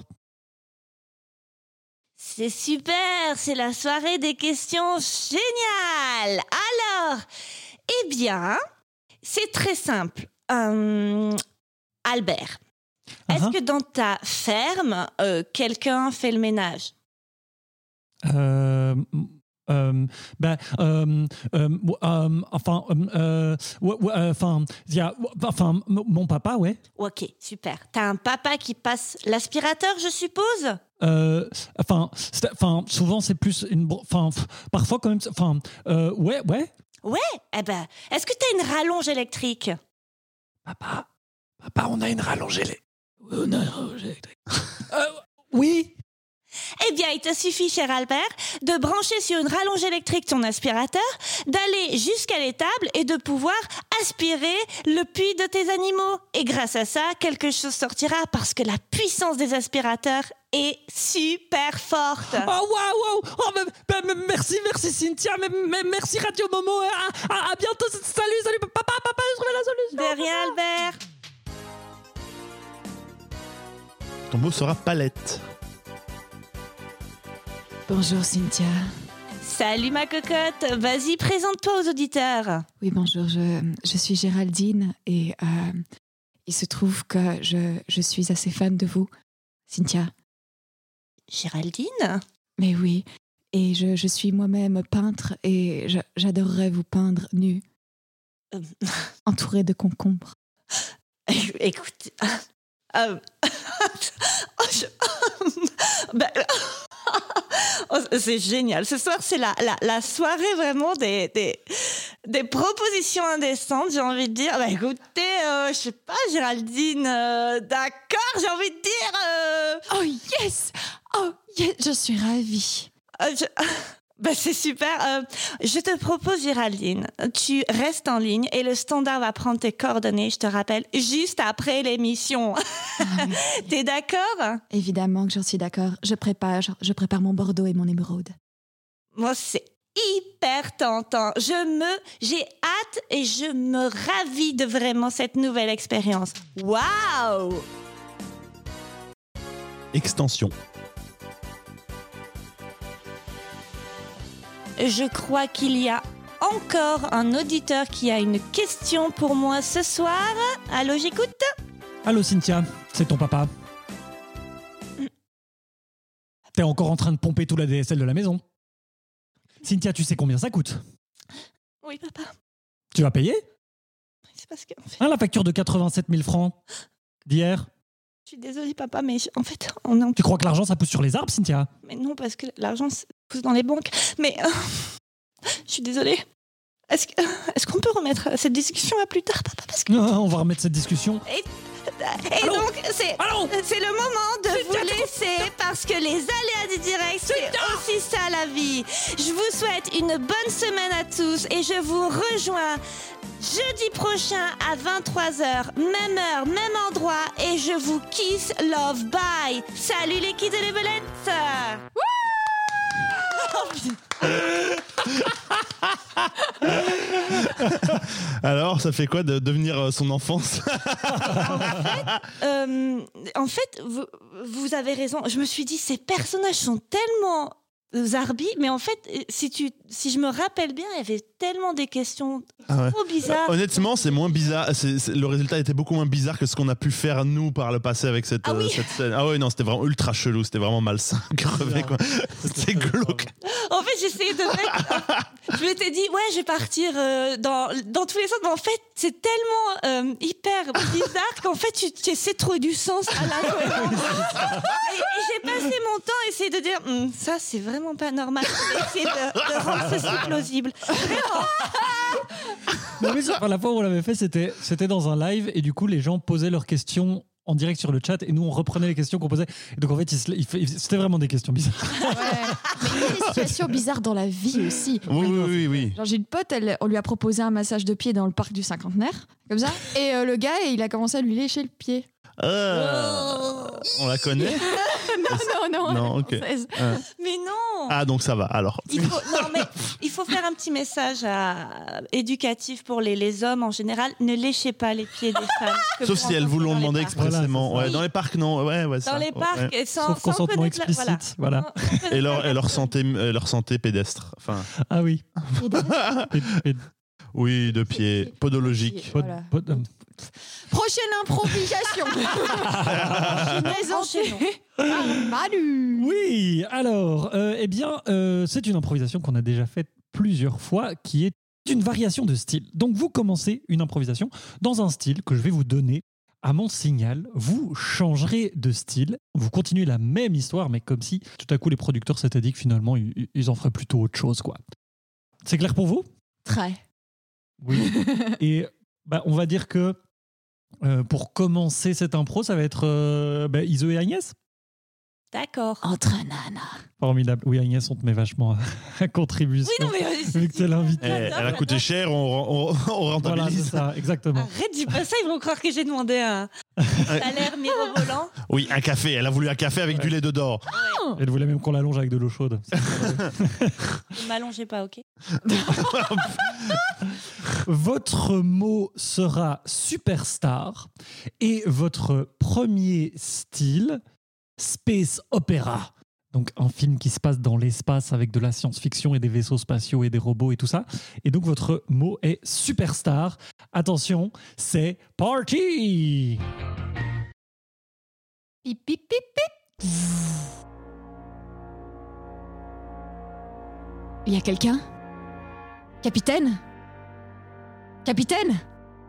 [SPEAKER 4] C'est super, c'est la soirée des questions géniales. Alors, eh bien, c'est très simple. Euh, Albert, est-ce
[SPEAKER 2] Uh-huh.
[SPEAKER 4] que dans ta ferme, euh, quelqu'un fait le ménage ?
[SPEAKER 2] Euh, euh, ben, euh, euh, euh, enfin, euh, ouais, ouais, euh, enfin, il y a, enfin, m- mon papa, ouais.
[SPEAKER 4] Ok, super. T'as un papa qui passe l'aspirateur, je suppose ?
[SPEAKER 2] Euh, enfin, c'est- enfin, souvent c'est plus une, bro- enfin, pff, parfois quand même, c'est- enfin, euh, ouais, ouais.
[SPEAKER 4] Ouais, eh ben, est-ce que t'as une rallonge électrique ?
[SPEAKER 2] Papa, papa, on a une rallonge électrique. On a une rallonge électrique. Euh, oui.
[SPEAKER 4] Eh bien, il te suffit, cher Albert, de brancher sur une rallonge électrique ton aspirateur, d'aller jusqu'à l'étable et de pouvoir aspirer le puits de tes animaux. Et grâce à ça, quelque chose sortira parce que la puissance des aspirateurs est super forte.
[SPEAKER 2] Oh waouh, waouh. Oh, mais- mais- mais merci, merci Cynthia, mais, mais merci Radio Momo. À, à, à bientôt. Salut, salut, papa, papa, je trouvais la solution.
[SPEAKER 4] De rien, Albert.
[SPEAKER 3] Ton mot sera palette.
[SPEAKER 1] Bonjour Cynthia.
[SPEAKER 4] Salut ma cocotte. Vas-y, présente-toi aux auditeurs.
[SPEAKER 1] Oui, bonjour, je, je suis Géraldine et euh, il se trouve que je, je suis assez fan de vous, Cynthia.
[SPEAKER 4] Géraldine ?
[SPEAKER 1] Mais oui, et je, je suis moi-même peintre et je- j'adorerais vous peindre nu,
[SPEAKER 4] Euh,
[SPEAKER 1] entourée de concombres.
[SPEAKER 4] Écoute... euh, oh, je- ben, oh, c'est génial. Ce soir, c'est la, la, la soirée vraiment des, des, des propositions indécentes, j'ai envie de dire. Bah, écoutez, euh, je sais pas, Géraldine, euh, d'accord, j'ai envie de dire... euh,
[SPEAKER 1] Oh yes! Oh yes! Je suis ravie.
[SPEAKER 4] euh, je- bah, c'est super. Euh, je te propose, Géraldine, tu restes en ligne et le standard va prendre tes coordonnées, je te rappelle, juste après l'émission.
[SPEAKER 1] Ah oui.
[SPEAKER 4] T'es d'accord ?
[SPEAKER 1] Évidemment que j'en suis d'accord. Je prépare, je prépare mon Bordeaux et mon émeraude.
[SPEAKER 4] Moi, c'est hyper tentant. Je me, j'ai hâte et je me ravis de vraiment cette nouvelle expérience. Waouh!
[SPEAKER 3] Extension.
[SPEAKER 4] je crois qu'il y a encore un auditeur qui a une question pour moi ce soir. Allô, j'écoute.
[SPEAKER 2] Allô Cynthia, c'est ton papa. T'es encore en train de pomper tout la D S L de la maison. Cynthia, tu sais combien ça coûte?
[SPEAKER 4] Oui, papa.
[SPEAKER 2] Tu vas payer?
[SPEAKER 4] C'est parce que... En fait,
[SPEAKER 2] Hein, la facture de quatre-vingt-sept mille francs d'hier.
[SPEAKER 4] je suis désolée, papa, mais je- en fait, on est en...
[SPEAKER 2] Tu crois que l'argent ça pousse sur les arbres, Cynthia?
[SPEAKER 4] Mais non, parce que l'argent se pousse dans les banques. Mais euh, je suis désolée. Est-ce que- est-ce qu'on peut remettre cette discussion à plus tard, papa? Parce que...
[SPEAKER 2] Non, on va remettre cette discussion.
[SPEAKER 4] Et
[SPEAKER 2] Allô
[SPEAKER 4] donc, c'est
[SPEAKER 2] Allô
[SPEAKER 4] c'est le moment de vous laisser parce que les aléas du direct, c'est aussi ça la vie. Je vous souhaite une bonne semaine à tous et je vous rejoins jeudi prochain à vingt-trois heures, même heure, même endroit et je vous kiss, love, bye. Salut les kids et les belettes.
[SPEAKER 3] Alors, ça fait quoi de devenir euh, son enfance?
[SPEAKER 4] Euh, en fait, vous, vous avez raison. Je me suis dit, ces personnages sont tellement zarbi, mais en fait, si, tu, si je me rappelle bien, il y avait tellement des questions
[SPEAKER 3] Ah ouais.
[SPEAKER 4] trop bizarres.
[SPEAKER 3] Honnêtement, c'est moins bizarre. C'est, c'est- le résultat était beaucoup moins bizarre que ce qu'on a pu faire nous par le passé avec cette,
[SPEAKER 4] Ah oui.
[SPEAKER 3] euh, cette scène. Ah ouais, non, c'était vraiment ultra chelou. C'était vraiment malsain, crevé quoi. C'était glauque.
[SPEAKER 4] En fait, j'essayais de mettre... Je m'étais dit, ouais, je vais partir euh, dans, dans tous les sens, mais en fait, c'est tellement euh, hyper bizarre qu'en fait, tu, tu essaies de trouver du sens à l'incohérence. et, et j'ai passé mon temps à essayer de dire, Hum, ça, c'est vraiment pas normal. J'ai essayé de, de rendre ceci plausible.
[SPEAKER 2] Non, mais ça, enfin, la fois où on l'avait fait, c'était, c'était dans un live et du coup, les gens posaient leurs questions en direct sur le chat et nous, on reprenait les questions qu'on posait. Et donc, en fait, il se- il fait- c'était vraiment des questions bizarres.
[SPEAKER 1] Ouais. Mais il y a des situations bizarres dans la vie aussi.
[SPEAKER 3] Oui, oui, oui, oui.
[SPEAKER 1] Genre, j'ai une pote, elle, on lui a proposé un massage de pied dans le parc du cinquantenaire, comme ça. Et euh, le gars, il a commencé à lui lécher le pied.
[SPEAKER 3] Euh, on la connaît?
[SPEAKER 1] non, non, non.
[SPEAKER 3] Non,
[SPEAKER 1] elle est
[SPEAKER 3] ok.
[SPEAKER 1] française.
[SPEAKER 3] Ah.
[SPEAKER 4] Mais non
[SPEAKER 3] Ah, donc ça va alors.
[SPEAKER 4] il faut, non, mais il faut faire un petit message à- éducatif pour les, les hommes en général. Ne léchez pas les pieds des femmes. que
[SPEAKER 3] Sauf si elles vous l'ont
[SPEAKER 4] rencontrez dans
[SPEAKER 3] demandé
[SPEAKER 4] les parcs.
[SPEAKER 3] expressément.
[SPEAKER 2] Voilà,
[SPEAKER 3] ouais,
[SPEAKER 4] c'est ça.
[SPEAKER 3] dans les parcs, non. Ouais, ouais, ça.
[SPEAKER 4] Dans les parcs,
[SPEAKER 3] Ouais.
[SPEAKER 4] et sans,
[SPEAKER 2] Sauf
[SPEAKER 4] sans
[SPEAKER 2] consentement
[SPEAKER 4] connaître la-
[SPEAKER 2] explicite, voilà.
[SPEAKER 4] Sans connaître
[SPEAKER 3] Et leur,
[SPEAKER 4] la
[SPEAKER 3] et leur
[SPEAKER 4] personne.
[SPEAKER 3] santé, euh, leur santé pédestre. Enfin,
[SPEAKER 2] Ah oui. Pé- pé-
[SPEAKER 3] oui, de pied, podologique.
[SPEAKER 2] pod-
[SPEAKER 1] Voilà.
[SPEAKER 2] pod- euh,
[SPEAKER 1] Prochaine improvisation.
[SPEAKER 4] Enchaînons.
[SPEAKER 1] Ah, Manu.
[SPEAKER 2] Oui, alors, euh, eh bien, euh, c'est une improvisation qu'on a déjà faite plusieurs fois, qui est une variation de style. Donc, vous commencez une improvisation dans un style que je vais vous donner à mon signal. Vous changerez de style, vous continuez la même histoire, mais comme si tout à coup les producteurs s'étaient dit que finalement ils, ils en feraient plutôt autre chose, quoi. C'est clair pour vous?
[SPEAKER 1] Très.
[SPEAKER 2] Oui. Et bah, on va dire que euh, pour commencer cette impro, ça va être euh, bah, Iso et Agnès.
[SPEAKER 4] D'accord.
[SPEAKER 1] Entre nana.
[SPEAKER 2] Formidable. Oui, Agnès, on te met vachement à, à contribution.
[SPEAKER 4] Oui, non, mais euh,
[SPEAKER 2] Vu que t'es l'invité.
[SPEAKER 3] Eh, elle a coûté cher, on, on, on
[SPEAKER 2] Voilà, c'est
[SPEAKER 3] rentabilise.
[SPEAKER 2] ça, exactement.
[SPEAKER 4] Arrête, dis pas ça, ils vont croire que j'ai demandé un salaire mirobolant.
[SPEAKER 3] Oui, un café. Elle a voulu un café avec du lait dedans.
[SPEAKER 2] Elle voulait même qu'on l'allonge avec de l'eau chaude.
[SPEAKER 4] Ne m'allongez pas, ok?
[SPEAKER 2] Votre mot sera superstar et votre premier style, space opéra. Donc un film qui se passe dans l'espace avec de la science-fiction et des vaisseaux spatiaux et des robots et tout ça. Et donc votre mot est superstar. Attention, c'est party.
[SPEAKER 1] Pip, pip, pip, pip. Il y a quelqu'un? Capitaine? Capitaine?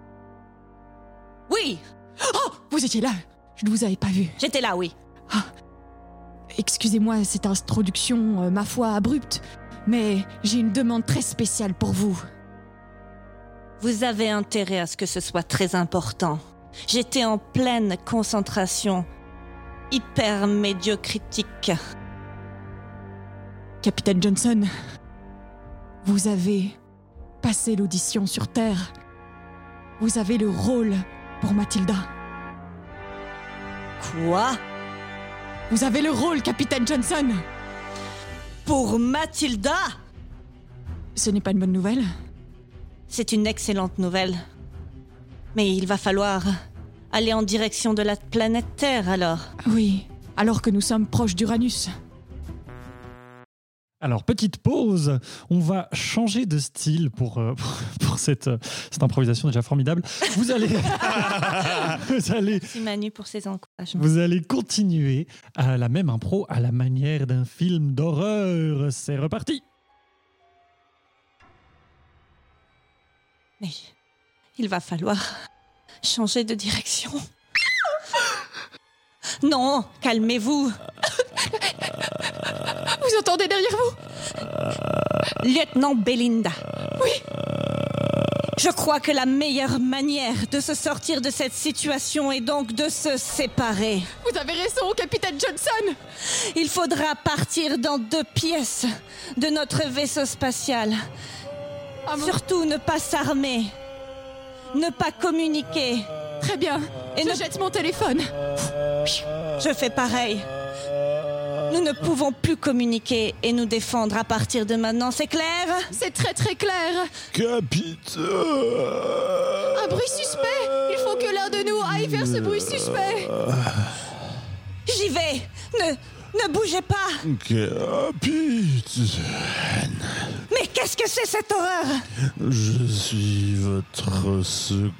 [SPEAKER 4] Oui,
[SPEAKER 1] Oh, vous étiez là. Je ne vous avais pas vu.
[SPEAKER 4] j'étais là, oui.
[SPEAKER 1] Excusez-moi cette introduction, euh, ma foi, abrupte, mais j'ai une demande très spéciale pour vous.
[SPEAKER 4] Vous avez intérêt à ce que ce soit très important. J'étais en pleine concentration, hyper médiocritique.
[SPEAKER 1] Capitaine Johnson, vous avez passé l'audition sur Terre. Vous avez le rôle pour Mathilda.
[SPEAKER 4] Quoi?
[SPEAKER 1] Vous avez le rôle, Capitaine Johnson.
[SPEAKER 4] Pour Mathilda?
[SPEAKER 1] Ce n'est pas une bonne nouvelle.
[SPEAKER 4] C'est une excellente nouvelle. Mais il va falloir aller en direction de la planète Terre alors.
[SPEAKER 1] Oui, alors que nous sommes proches d'Uranus.
[SPEAKER 2] Alors, petite pause, on va changer de style pour, euh, pour, pour cette, cette improvisation déjà formidable. Vous allez, vous, allez,
[SPEAKER 4] Merci Manu pour ces encouragements.
[SPEAKER 2] vous allez continuer à la même impro à la manière d'un film d'horreur. C'est reparti.
[SPEAKER 4] Mais il va falloir changer de direction. Non, calmez-vous.
[SPEAKER 1] Vous entendez derrière vous?
[SPEAKER 4] Lieutenant Belinda. Oui. Je crois que la meilleure manière de se sortir de cette situation est donc de se séparer.
[SPEAKER 1] Vous avez raison, capitaine Johnson.
[SPEAKER 4] Il faudra partir dans deux pièces de notre vaisseau spatial.
[SPEAKER 1] Ah bon?
[SPEAKER 4] Surtout ne pas s'armer, ne pas communiquer.
[SPEAKER 1] Très bien.
[SPEAKER 4] Et
[SPEAKER 1] Je
[SPEAKER 4] ne-
[SPEAKER 1] jette mon téléphone.
[SPEAKER 4] Je fais pareil. Nous ne pouvons plus communiquer et nous défendre à partir de maintenant, c'est clair?
[SPEAKER 1] C'est très très clair.
[SPEAKER 3] Capitaine.
[SPEAKER 1] Un bruit suspect. Il faut que l'un de nous aille vers ce bruit suspect.
[SPEAKER 4] J'y vais. Ne, ne bougez pas.
[SPEAKER 3] Capitaine.
[SPEAKER 4] Mais qu'est-ce que c'est cette horreur?
[SPEAKER 3] Je suis votre second.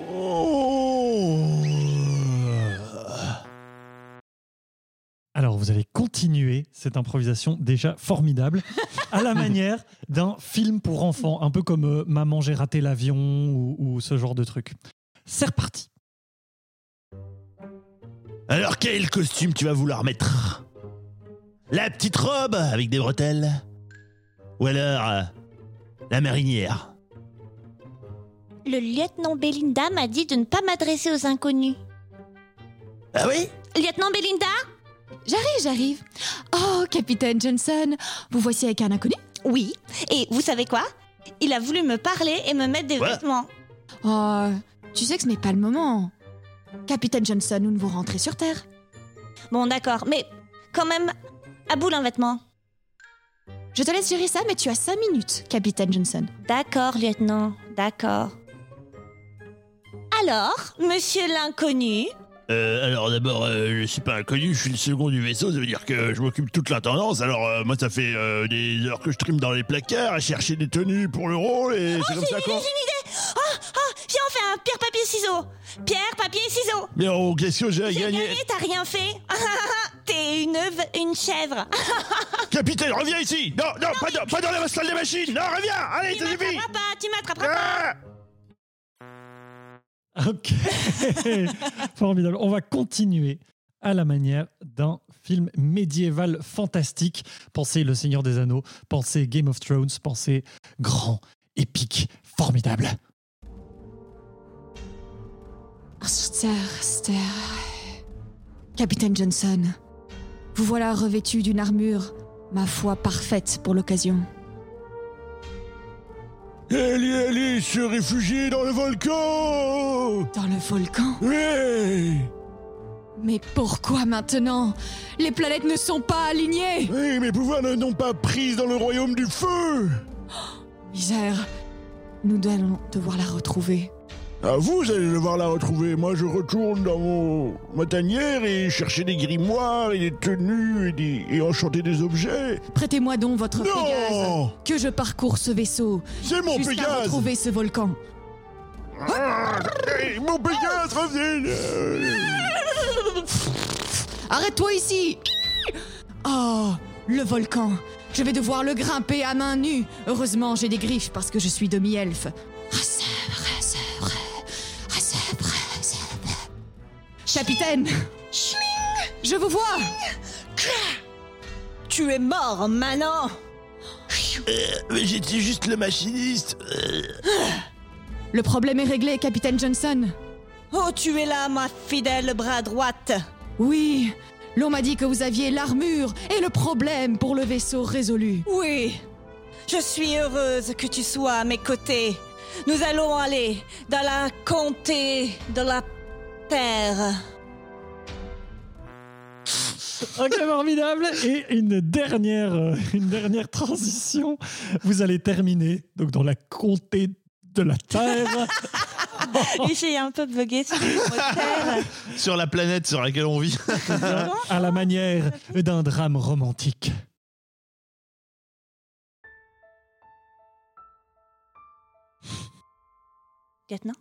[SPEAKER 2] Alors, vous allez continuer cette improvisation déjà formidable à la manière d'un film pour enfants, un peu comme euh, Maman, j'ai raté l'avion ou, ou ce genre de truc. C'est reparti.
[SPEAKER 3] Alors, quel costume tu vas vouloir mettre? La petite robe avec des bretelles? Ou alors, euh, la marinière?
[SPEAKER 5] Le lieutenant Belinda m'a dit de ne pas m'adresser aux inconnus.
[SPEAKER 3] Ah oui?
[SPEAKER 5] Lieutenant Belinda?
[SPEAKER 1] J'arrive, j'arrive. Oh, capitaine Johnson, vous voici avec un inconnu?
[SPEAKER 5] Oui. Et vous savez quoi? Il a voulu me parler et me mettre des
[SPEAKER 3] Quoi?
[SPEAKER 5] vêtements.
[SPEAKER 1] Oh, tu sais que ce n'est pas le moment. Capitaine Johnson, nous devons rentrer sur Terre.
[SPEAKER 5] Bon, d'accord, mais quand même, à boule un vêtement.
[SPEAKER 1] Je te laisse gérer ça, mais tu as cinq minutes, capitaine Johnson.
[SPEAKER 5] D'accord, lieutenant, d'accord. Alors, monsieur l'inconnu?
[SPEAKER 3] Euh, alors d'abord, euh, je suis pas inconnu, je suis le second du vaisseau, ça veut dire que je m'occupe de toute l'intendance. Alors euh, moi, ça fait euh, des heures que je trime dans les placards à chercher des tenues pour le rôle et c'est comme ça qu'on...
[SPEAKER 5] J'ai une idée. Oh, oh, viens, on fait un pierre, papier, ciseaux. Pierre, papier, ciseaux.
[SPEAKER 3] Mais oh, qu'est-ce que j'ai à
[SPEAKER 5] J'ai
[SPEAKER 3] gagner?
[SPEAKER 5] gagné, t'as rien fait. T'es une œuf, une chèvre.
[SPEAKER 3] Capitaine, reviens ici! Non, non, pas, dans, pas dans la salle des machines! Non, reviens! Allez,
[SPEAKER 5] Tu
[SPEAKER 3] ça suffit!
[SPEAKER 5] m'attraperas pas, tu m'attraperas pas.
[SPEAKER 3] Ah
[SPEAKER 2] Ok. Formidable. On va continuer à la manière d'un film médiéval fantastique. Pensez Le Seigneur des Anneaux, pensez Game of Thrones, pensez grand, épique, formidable.
[SPEAKER 1] Ster, Ster. Capitaine Johnson, vous voilà revêtu d'une armure, ma foi parfaite pour l'occasion.
[SPEAKER 3] Ellie, Ellie, se réfugier dans le volcan!
[SPEAKER 1] Dans le volcan?
[SPEAKER 3] Oui!
[SPEAKER 1] Mais pourquoi maintenant? Les planètes ne sont pas alignées!
[SPEAKER 3] Oui, mes pouvoirs ne n'ont pas prise dans le royaume du feu!
[SPEAKER 1] Misère, nous allons devoir la retrouver.
[SPEAKER 3] Ah, vous allez devoir la retrouver. Moi, je retourne dans mon... ma tanière et chercher des grimoires et des tenues et, des... et enchanter des objets.
[SPEAKER 1] Prêtez-moi donc votre Pégase,
[SPEAKER 3] Non!
[SPEAKER 1] que je parcours ce vaisseau,
[SPEAKER 3] C'est mon
[SPEAKER 1] jusqu'à
[SPEAKER 3] Pégase!
[SPEAKER 1] retrouver ce volcan.
[SPEAKER 3] Ah, hey, mon Pégase, reviens!
[SPEAKER 1] Arrête-toi ici! Oh, le volcan. Je vais devoir le grimper à main nue. Heureusement, j'ai des griffes parce que je suis demi-elfe. Capitaine! Je vous vois!
[SPEAKER 4] Tu es mort maintenant.
[SPEAKER 3] Mais j'étais juste le machiniste.
[SPEAKER 1] Le problème est réglé, capitaine Johnson.
[SPEAKER 4] Oh, tu es là, ma fidèle bras droite.
[SPEAKER 1] Oui, l'on m'a dit que vous aviez l'armure et le problème pour le vaisseau résolu.
[SPEAKER 4] Oui, je suis heureuse que tu sois à mes côtés. Nous allons aller dans la comté de la Terre.
[SPEAKER 2] Ok, formidable. Et une dernière, euh, une dernière transition. Vous allez terminer donc dans la comté de la Terre.
[SPEAKER 4] Et j'ai un peu bugué sur le mot Terre.
[SPEAKER 3] Sur la planète sur laquelle on vit.
[SPEAKER 2] À la manière d'un drame romantique.
[SPEAKER 4] Lieutenant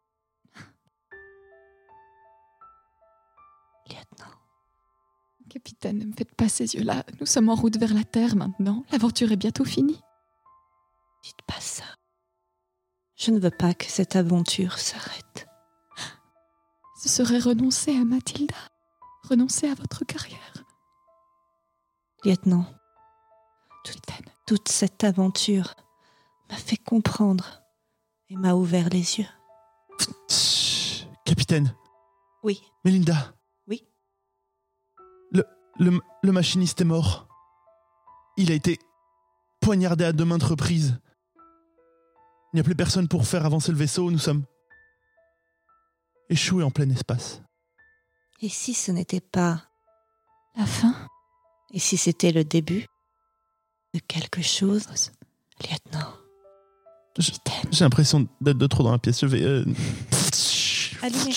[SPEAKER 4] Lieutenant.
[SPEAKER 1] Capitaine, ne me faites pas ces yeux-là. Nous sommes en route vers la Terre maintenant. L'aventure est bientôt finie.
[SPEAKER 4] Dites pas ça. Je ne veux pas que cette aventure s'arrête.
[SPEAKER 1] Ce serait renoncer à Mathilda. Renoncer à votre carrière.
[SPEAKER 4] Lieutenant, toute, toute cette aventure m'a fait comprendre et m'a ouvert les yeux.
[SPEAKER 3] Chut, capitaine.
[SPEAKER 4] Oui.
[SPEAKER 3] Mélinda.
[SPEAKER 4] Oui.
[SPEAKER 3] Le, le, le machiniste est mort. Il a été poignardé à deux maintes reprises. Il n'y a plus personne pour faire avancer le vaisseau. Nous sommes échoués en plein espace.
[SPEAKER 4] Et si ce n'était pas
[SPEAKER 1] La fin?
[SPEAKER 4] Et si c'était le début de quelque chose, lieutenant?
[SPEAKER 3] J'ai, j'ai l'impression d'être de trop dans la pièce. Je vais... Euh...
[SPEAKER 4] Allumez.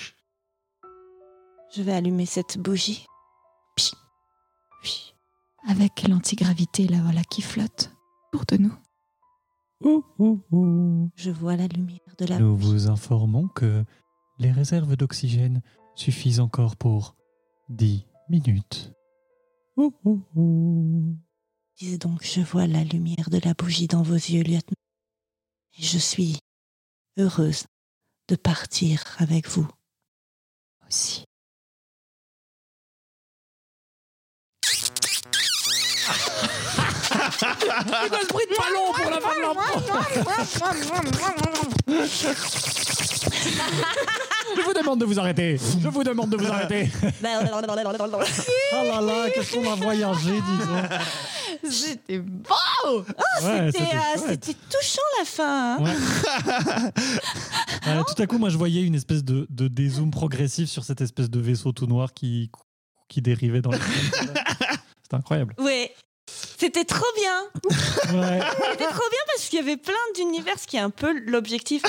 [SPEAKER 4] Je vais allumer cette bougie. Puis, puis.
[SPEAKER 1] Avec l'antigravité, la voilà qui flotte autour de nous.
[SPEAKER 2] Ouh, ouh, ouh.
[SPEAKER 4] Je vois la lumière de la
[SPEAKER 2] Nous
[SPEAKER 4] bougie.
[SPEAKER 2] vous informons que les réserves d'oxygène suffisent encore pour dix minutes. Ouh, ouh, ouh.
[SPEAKER 4] Dis donc, je vois la lumière de la bougie dans vos yeux, lieutenant. Et je suis heureuse de partir avec vous.
[SPEAKER 1] Aussi.
[SPEAKER 2] Il va se bruit de ballon pour la fin de l'impro. Je vous demande de vous arrêter. Je vous demande de vous arrêter. Oh là là, qu'est-ce qu'on a voyagé, disons.
[SPEAKER 1] C'était beau!
[SPEAKER 2] Ouais,
[SPEAKER 4] C'était, euh,
[SPEAKER 2] chouette.
[SPEAKER 4] c'était touchant la fin. Hein.
[SPEAKER 2] Ouais. Euh, tout à coup, moi, je voyais une espèce de, de dézoom progressif sur cette espèce de vaisseau tout noir qui, qui dérivait dans les... C'était incroyable.
[SPEAKER 4] Ouais. C'était trop bien.
[SPEAKER 2] Ouais.
[SPEAKER 4] C'était trop bien parce qu'il y avait plein d'univers, ce qui est un peu l'objectif.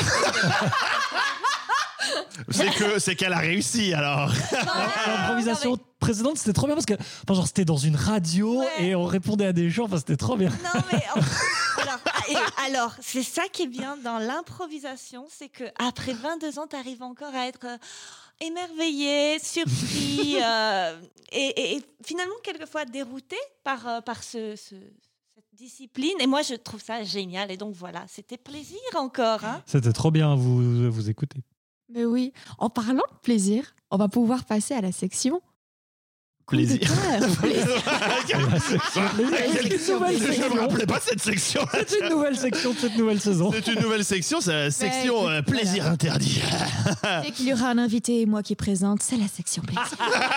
[SPEAKER 3] C'est que c'est qu'elle a réussi alors.
[SPEAKER 2] L'improvisation précédente, c'était trop bien parce que enfin, genre, c'était dans une radio
[SPEAKER 4] Ouais.
[SPEAKER 2] et on répondait à des gens. Enfin, c'était trop bien.
[SPEAKER 4] Non mais en- alors, et- alors, c'est ça qui est bien dans l'improvisation, c'est que après vingt-deux ans, tu arrives encore à être euh, émerveillé, surpris euh, et, et- et finalement quelquefois dérouté par euh, par ce, ce- cette discipline. Et moi, je trouve ça génial. Et donc voilà, c'était plaisir encore. Hein.
[SPEAKER 2] C'était trop bien à vous, vous écouter.
[SPEAKER 1] Mais oui, en parlant de plaisir, on va pouvoir passer à la section
[SPEAKER 3] Plaisir.
[SPEAKER 1] Plaisir.
[SPEAKER 2] La section plaisir.
[SPEAKER 3] Je
[SPEAKER 2] Nouvelle
[SPEAKER 3] ne me
[SPEAKER 2] section.
[SPEAKER 3] rappelais pas cette section.
[SPEAKER 2] C'est une nouvelle section de cette nouvelle saison.
[SPEAKER 3] C'est une nouvelle section, c'est la section
[SPEAKER 1] écoute,
[SPEAKER 3] euh, plaisir
[SPEAKER 1] voilà.
[SPEAKER 3] interdit.
[SPEAKER 1] Dès qu'il y aura un invité et moi qui présente, c'est la section plaisir.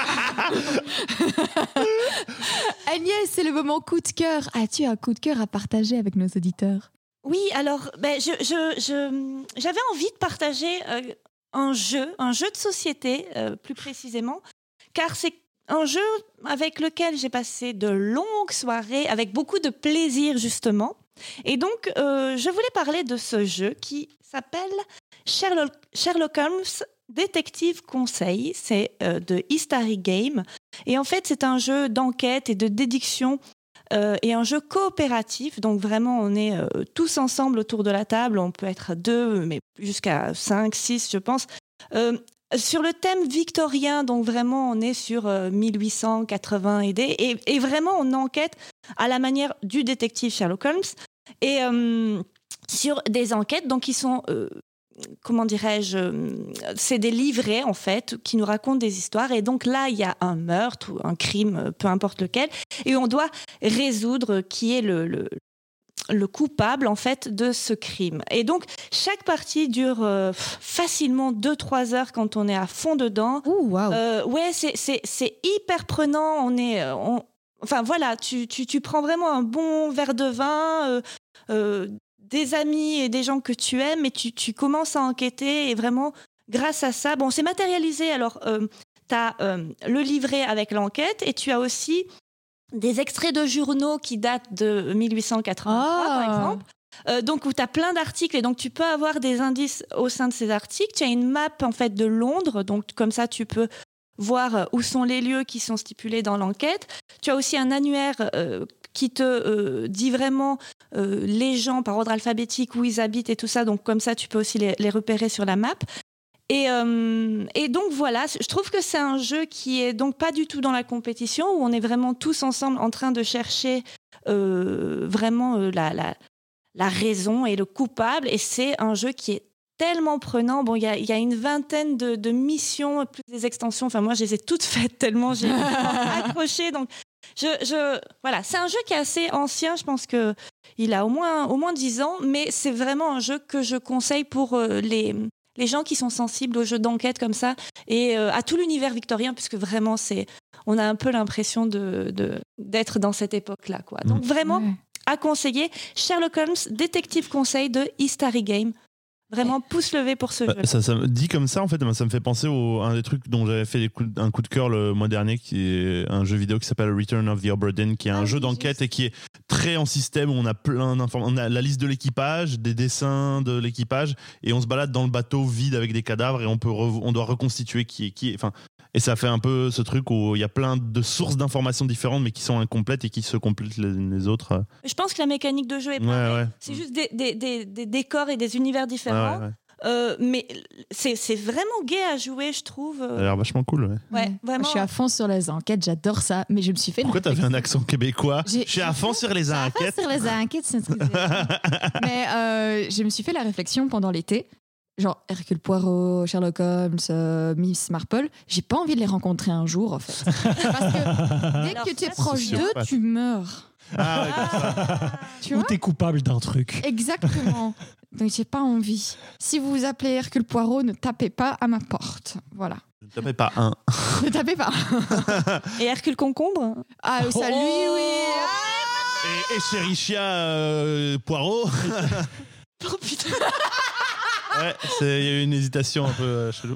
[SPEAKER 1] Agnès, c'est le moment coup de cœur. As-tu un coup de cœur à partager avec nos auditeurs?
[SPEAKER 4] Oui, alors, ben, je, je, je- j'avais envie de partager euh, un jeu, un jeu de société, euh, plus précisément, car c'est un jeu avec lequel j'ai passé de longues soirées, avec beaucoup de plaisir, justement. Et donc, euh, je voulais parler de ce jeu qui s'appelle Sherlock, Sherlock Holmes Détective Conseil. C'est euh, de History Game. Et en fait, c'est un jeu d'enquête et de déduction Euh, et un jeu coopératif, donc vraiment on est euh, tous ensemble autour de la table, on peut être à deux, mais jusqu'à cinq, six je pense, euh, sur le thème victorien, donc vraiment on est sur euh, mille huit cent quatre-vingts et, des, et, et vraiment on enquête à la manière du détective Sherlock Holmes, et euh, sur des enquêtes donc qui sont... Euh, comment dirais-je, c'est des livrets en fait qui nous racontent des histoires, et donc là il y a un meurtre ou un crime, peu importe lequel, et on doit résoudre qui est le, le, le coupable en fait de ce crime. Et donc chaque partie dure euh, facilement deux trois heures quand on est à fond dedans.
[SPEAKER 1] Ouh, waouh.
[SPEAKER 4] Euh, ouais, c'est, c'est, c'est hyper prenant. On est, on, enfin voilà, tu, tu, tu prends vraiment un bon verre de vin, euh, euh, des amis et des gens que tu aimes, et tu, tu commences à enquêter, et vraiment, grâce à ça, bon, c'est matérialisé. Alors, euh, tu as euh, le livret avec l'enquête, et tu as aussi des extraits de journaux qui datent de mille huit cent quatre-vingt-trois,
[SPEAKER 1] Ah.
[SPEAKER 4] par exemple. Euh, donc, où tu as plein d'articles, et donc tu peux avoir des indices au sein de ces articles. Tu as une map, en fait, de Londres, donc comme ça, tu peux voir où sont les lieux qui sont stipulés dans l'enquête. Tu as aussi un annuaire euh, qui te euh, dit vraiment euh, les gens par ordre alphabétique, où ils habitent et tout ça. Donc comme ça, tu peux aussi les, les repérer sur la map. Et, euh, et donc voilà, je trouve que c'est un jeu qui est donc pas du tout dans la compétition, où on est vraiment tous ensemble en train de chercher euh, vraiment euh, la, la, la raison et le coupable. Et c'est un jeu qui est tellement prenant. Bon, il y a, y a une vingtaine de, de missions, plus des extensions. Enfin, moi, je les ai toutes faites tellement j'ai accroché. Donc, je, je, voilà, c'est un jeu qui est assez ancien. Je pense que il a au moins, au moins dix ans, mais c'est vraiment un jeu que je conseille pour euh, les, les gens qui sont sensibles aux jeux d'enquête comme ça et euh, à tout l'univers victorien, puisque vraiment, c'est, on a un peu l'impression de, de, d'être dans cette époque-là, quoi. Donc, vraiment,
[SPEAKER 1] Ouais.
[SPEAKER 4] à conseiller, Sherlock Holmes, détective conseil de History Game. Vraiment pouce levé pour ce
[SPEAKER 3] Bah,
[SPEAKER 4] jeu.
[SPEAKER 3] ça, ça me dit comme ça, en fait, ça me fait penser au, à un des trucs dont j'avais fait des coups- un coup de cœur le mois dernier, qui est un jeu vidéo qui s'appelle Return of the Obra Dinn, qui est un
[SPEAKER 4] Ah
[SPEAKER 3] jeu
[SPEAKER 4] oui,
[SPEAKER 3] d'enquête
[SPEAKER 4] juste.
[SPEAKER 3] et qui est très en système, où on a plein d'informations. On a la liste de l'équipage, des dessins de l'équipage, et on se balade dans le bateau vide avec des cadavres, et on, peut re- on doit reconstituer qui est qui. Est, enfin, et ça fait un peu ce truc où il y a plein de sources d'informations différentes, mais qui sont incomplètes et qui se complètent les, les autres.
[SPEAKER 4] Je pense que la mécanique de jeu est
[SPEAKER 3] Ouais,
[SPEAKER 4] pareille.
[SPEAKER 3] ouais.
[SPEAKER 4] C'est juste des, des, des, des décors et des univers
[SPEAKER 3] Ouais,
[SPEAKER 4] différents.
[SPEAKER 3] ouais, ouais.
[SPEAKER 4] Euh, mais c'est, c'est vraiment gai à jouer, je trouve.
[SPEAKER 3] Ça a l'air vachement cool. Ouais.
[SPEAKER 4] Ouais, vraiment.
[SPEAKER 1] Je suis à fond sur les enquêtes, j'adore ça, mais je me suis fait. une
[SPEAKER 3] Pourquoi t'avais un accent québécois?
[SPEAKER 1] J'ai-
[SPEAKER 3] Je suis à fond sur les
[SPEAKER 1] Pas
[SPEAKER 3] enquêtes.
[SPEAKER 1] sur les enquêtes, c'est très Mais euh, je me suis fait la réflexion pendant l'été. Genre Hercule Poirot, Sherlock Holmes, euh, Miss Marple, j'ai pas envie de les rencontrer un jour en fait. Parce que dès
[SPEAKER 4] Alors
[SPEAKER 1] que tu es
[SPEAKER 4] ça,
[SPEAKER 1] proche
[SPEAKER 3] c'est
[SPEAKER 1] d'eux,
[SPEAKER 3] sociopathe.
[SPEAKER 1] tu meurs.
[SPEAKER 3] Ah, ouais, comme ça.
[SPEAKER 1] Tu
[SPEAKER 2] Ou
[SPEAKER 1] vois
[SPEAKER 2] t'es coupable d'un truc.
[SPEAKER 1] Exactement. Donc j'ai pas envie. Si vous vous appelez Hercule Poirot, ne tapez pas à ma porte. Voilà.
[SPEAKER 3] Ne tapez pas un.
[SPEAKER 1] Ne tapez pas.
[SPEAKER 4] Et Hercule Concombre.
[SPEAKER 1] Ah, ça lui, oui.
[SPEAKER 3] Et, et Chérichia euh, Poirot.
[SPEAKER 4] Oh putain.
[SPEAKER 3] Ouais, c'est- il y a eu une hésitation un peu euh, chelou.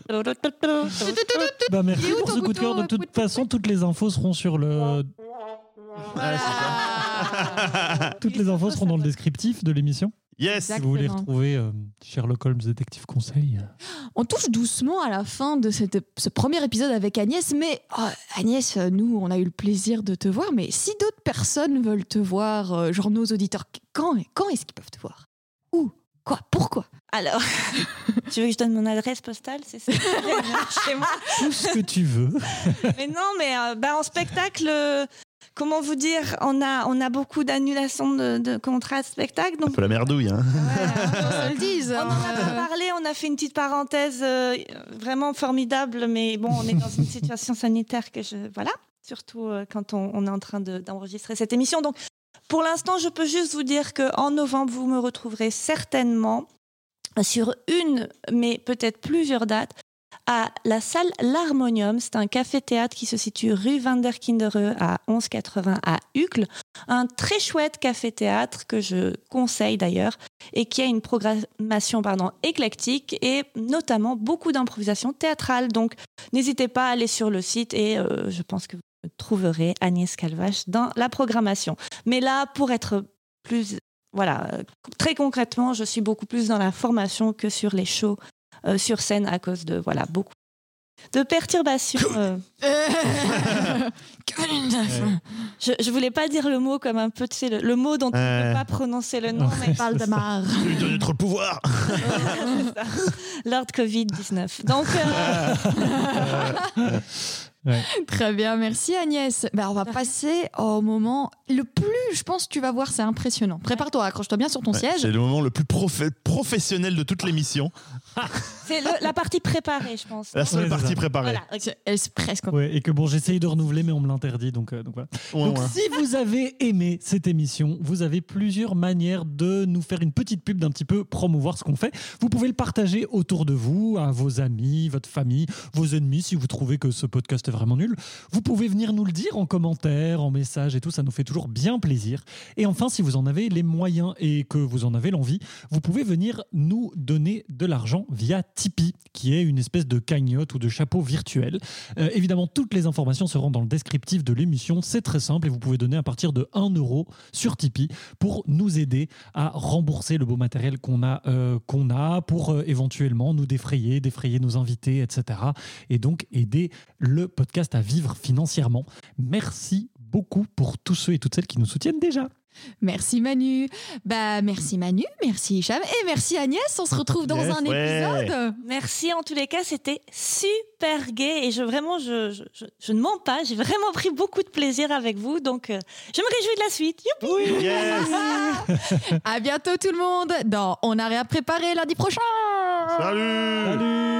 [SPEAKER 2] Bah, merci
[SPEAKER 1] Il est où
[SPEAKER 2] pour
[SPEAKER 1] ton
[SPEAKER 2] ce coup de cœur. De
[SPEAKER 1] couteau,
[SPEAKER 2] toute façon, toutes les infos seront sur le.
[SPEAKER 3] Ouais, c'est ça.
[SPEAKER 2] Toutes les infos seront dans le descriptif de l'émission.
[SPEAKER 3] Yes.
[SPEAKER 2] Si vous voulez
[SPEAKER 1] Exactement.
[SPEAKER 2] retrouver euh, Sherlock Holmes détective conseil.
[SPEAKER 1] On touche doucement à la fin de cette, ce premier épisode avec Agnès, mais oh, Agnès, nous, on a eu le plaisir de te voir, mais si d'autres personnes veulent te voir, euh, genre nos auditeurs, quand, quand est-ce qu'ils peuvent te voir? Où? Quoi? Pourquoi?
[SPEAKER 4] Alors, tu veux que je donne mon adresse postale? C'est ça. Chez moi.
[SPEAKER 2] Tout ce que tu veux.
[SPEAKER 4] Mais non, mais euh, bah, en spectacle, euh, comment vous dire, on a, on a beaucoup d'annulations de, de contrats de spectacle.
[SPEAKER 3] Un
[SPEAKER 4] Donc,
[SPEAKER 3] peu la merdouille, hein.
[SPEAKER 1] On se le dise.
[SPEAKER 4] on en a pas parlé, on a fait une petite parenthèse euh, vraiment formidable, mais bon, on est dans une situation sanitaire que je. Voilà, surtout euh, quand on, on est en train de- d'enregistrer cette émission. Donc, pour l'instant, je peux juste vous dire qu'en novembre, vous me retrouverez certainement sur une, mais peut-être plusieurs dates, à la salle L'Harmonium. C'est un café-théâtre qui se situe rue Van der Kindere à onze cent quatre-vingts à Uccle. Un très chouette café-théâtre que je conseille d'ailleurs et qui a une programmation pardon, éclectique et notamment beaucoup d'improvisation théâtrale. Donc n'hésitez pas à aller sur le site et euh, je pense que vous trouverez Agnès Calvache dans la programmation. Mais là, pour être plus... Voilà, euh, très concrètement, je suis beaucoup plus dans la formation que sur les shows euh, sur scène à cause de voilà beaucoup de perturbations. euh. Je, je voulais pas dire le mot comme un peu, tu sais, le, le mot dont on ne
[SPEAKER 3] Ouais.
[SPEAKER 4] peut pas prononcer le nom, mais
[SPEAKER 1] Valdemar.
[SPEAKER 3] Tu lui donnes trop le pouvoir.
[SPEAKER 4] c'est ça. Lord covid dix-neuf. Donc, euh,
[SPEAKER 1] Très bien, merci Agnès. Ben, on va passer au moment le plus, je pense que tu vas voir, c'est impressionnant. Prépare-toi, accroche-toi bien sur ton
[SPEAKER 3] Ouais,
[SPEAKER 1] siège.
[SPEAKER 3] c'est le moment le plus profe- professionnel de toute l'émission.
[SPEAKER 4] c'est le- la partie préparée, je pense.
[SPEAKER 3] La seule
[SPEAKER 2] Ouais, c'est
[SPEAKER 3] partie
[SPEAKER 2] ça.
[SPEAKER 3] préparée.
[SPEAKER 4] Voilà, ok.
[SPEAKER 1] Elle est presque.
[SPEAKER 2] Ouais, et que bon, j'essaye de renouveler, mais on me l'interdit. Donc, euh, donc voilà.
[SPEAKER 3] Ouais,
[SPEAKER 2] Donc,
[SPEAKER 3] ouais.
[SPEAKER 2] si vous avez aimé cette émission, vous avez plusieurs manières de nous faire une petite pub, d'un petit peu promouvoir ce qu'on fait. Vous pouvez le partager autour de vous, à vos amis, votre famille, vos ennemis, si vous trouvez que ce podcast est vraiment nul. Vous pouvez venir nous le dire en commentaire, en message et tout, ça nous fait toujours bien plaisir. Et enfin, si vous en avez les moyens et que vous en avez l'envie, vous pouvez venir nous donner de l'argent via Tipeee, qui est une espèce de cagnotte ou de chapeau virtuel. Euh, évidemment, toutes les informations seront dans le descriptif de l'émission. C'est très simple et vous pouvez donner à partir de un euro sur Tipeee pour nous aider à rembourser le beau matériel qu'on a, euh, qu'on a pour euh, éventuellement nous défrayer, défrayer nos invités, et cetera. Et donc aider le podcast à vivre financièrement. Merci beaucoup pour tous ceux et toutes celles qui nous soutiennent déjà.
[SPEAKER 1] Merci Manu. Bah merci Manu, merci Hicham et merci Agnès. On se retrouve dans
[SPEAKER 2] Yes,
[SPEAKER 1] un
[SPEAKER 3] ouais.
[SPEAKER 1] épisode.
[SPEAKER 4] Merci en tous les cas, c'était super gai et je vraiment je, je, je, je ne mens pas, j'ai vraiment pris beaucoup de plaisir avec vous, donc euh, je me réjouis de la suite. Youpi.
[SPEAKER 3] Yes.
[SPEAKER 1] À bientôt tout le monde dans On n'a rien préparé lundi prochain.
[SPEAKER 3] Salut.
[SPEAKER 2] Salut.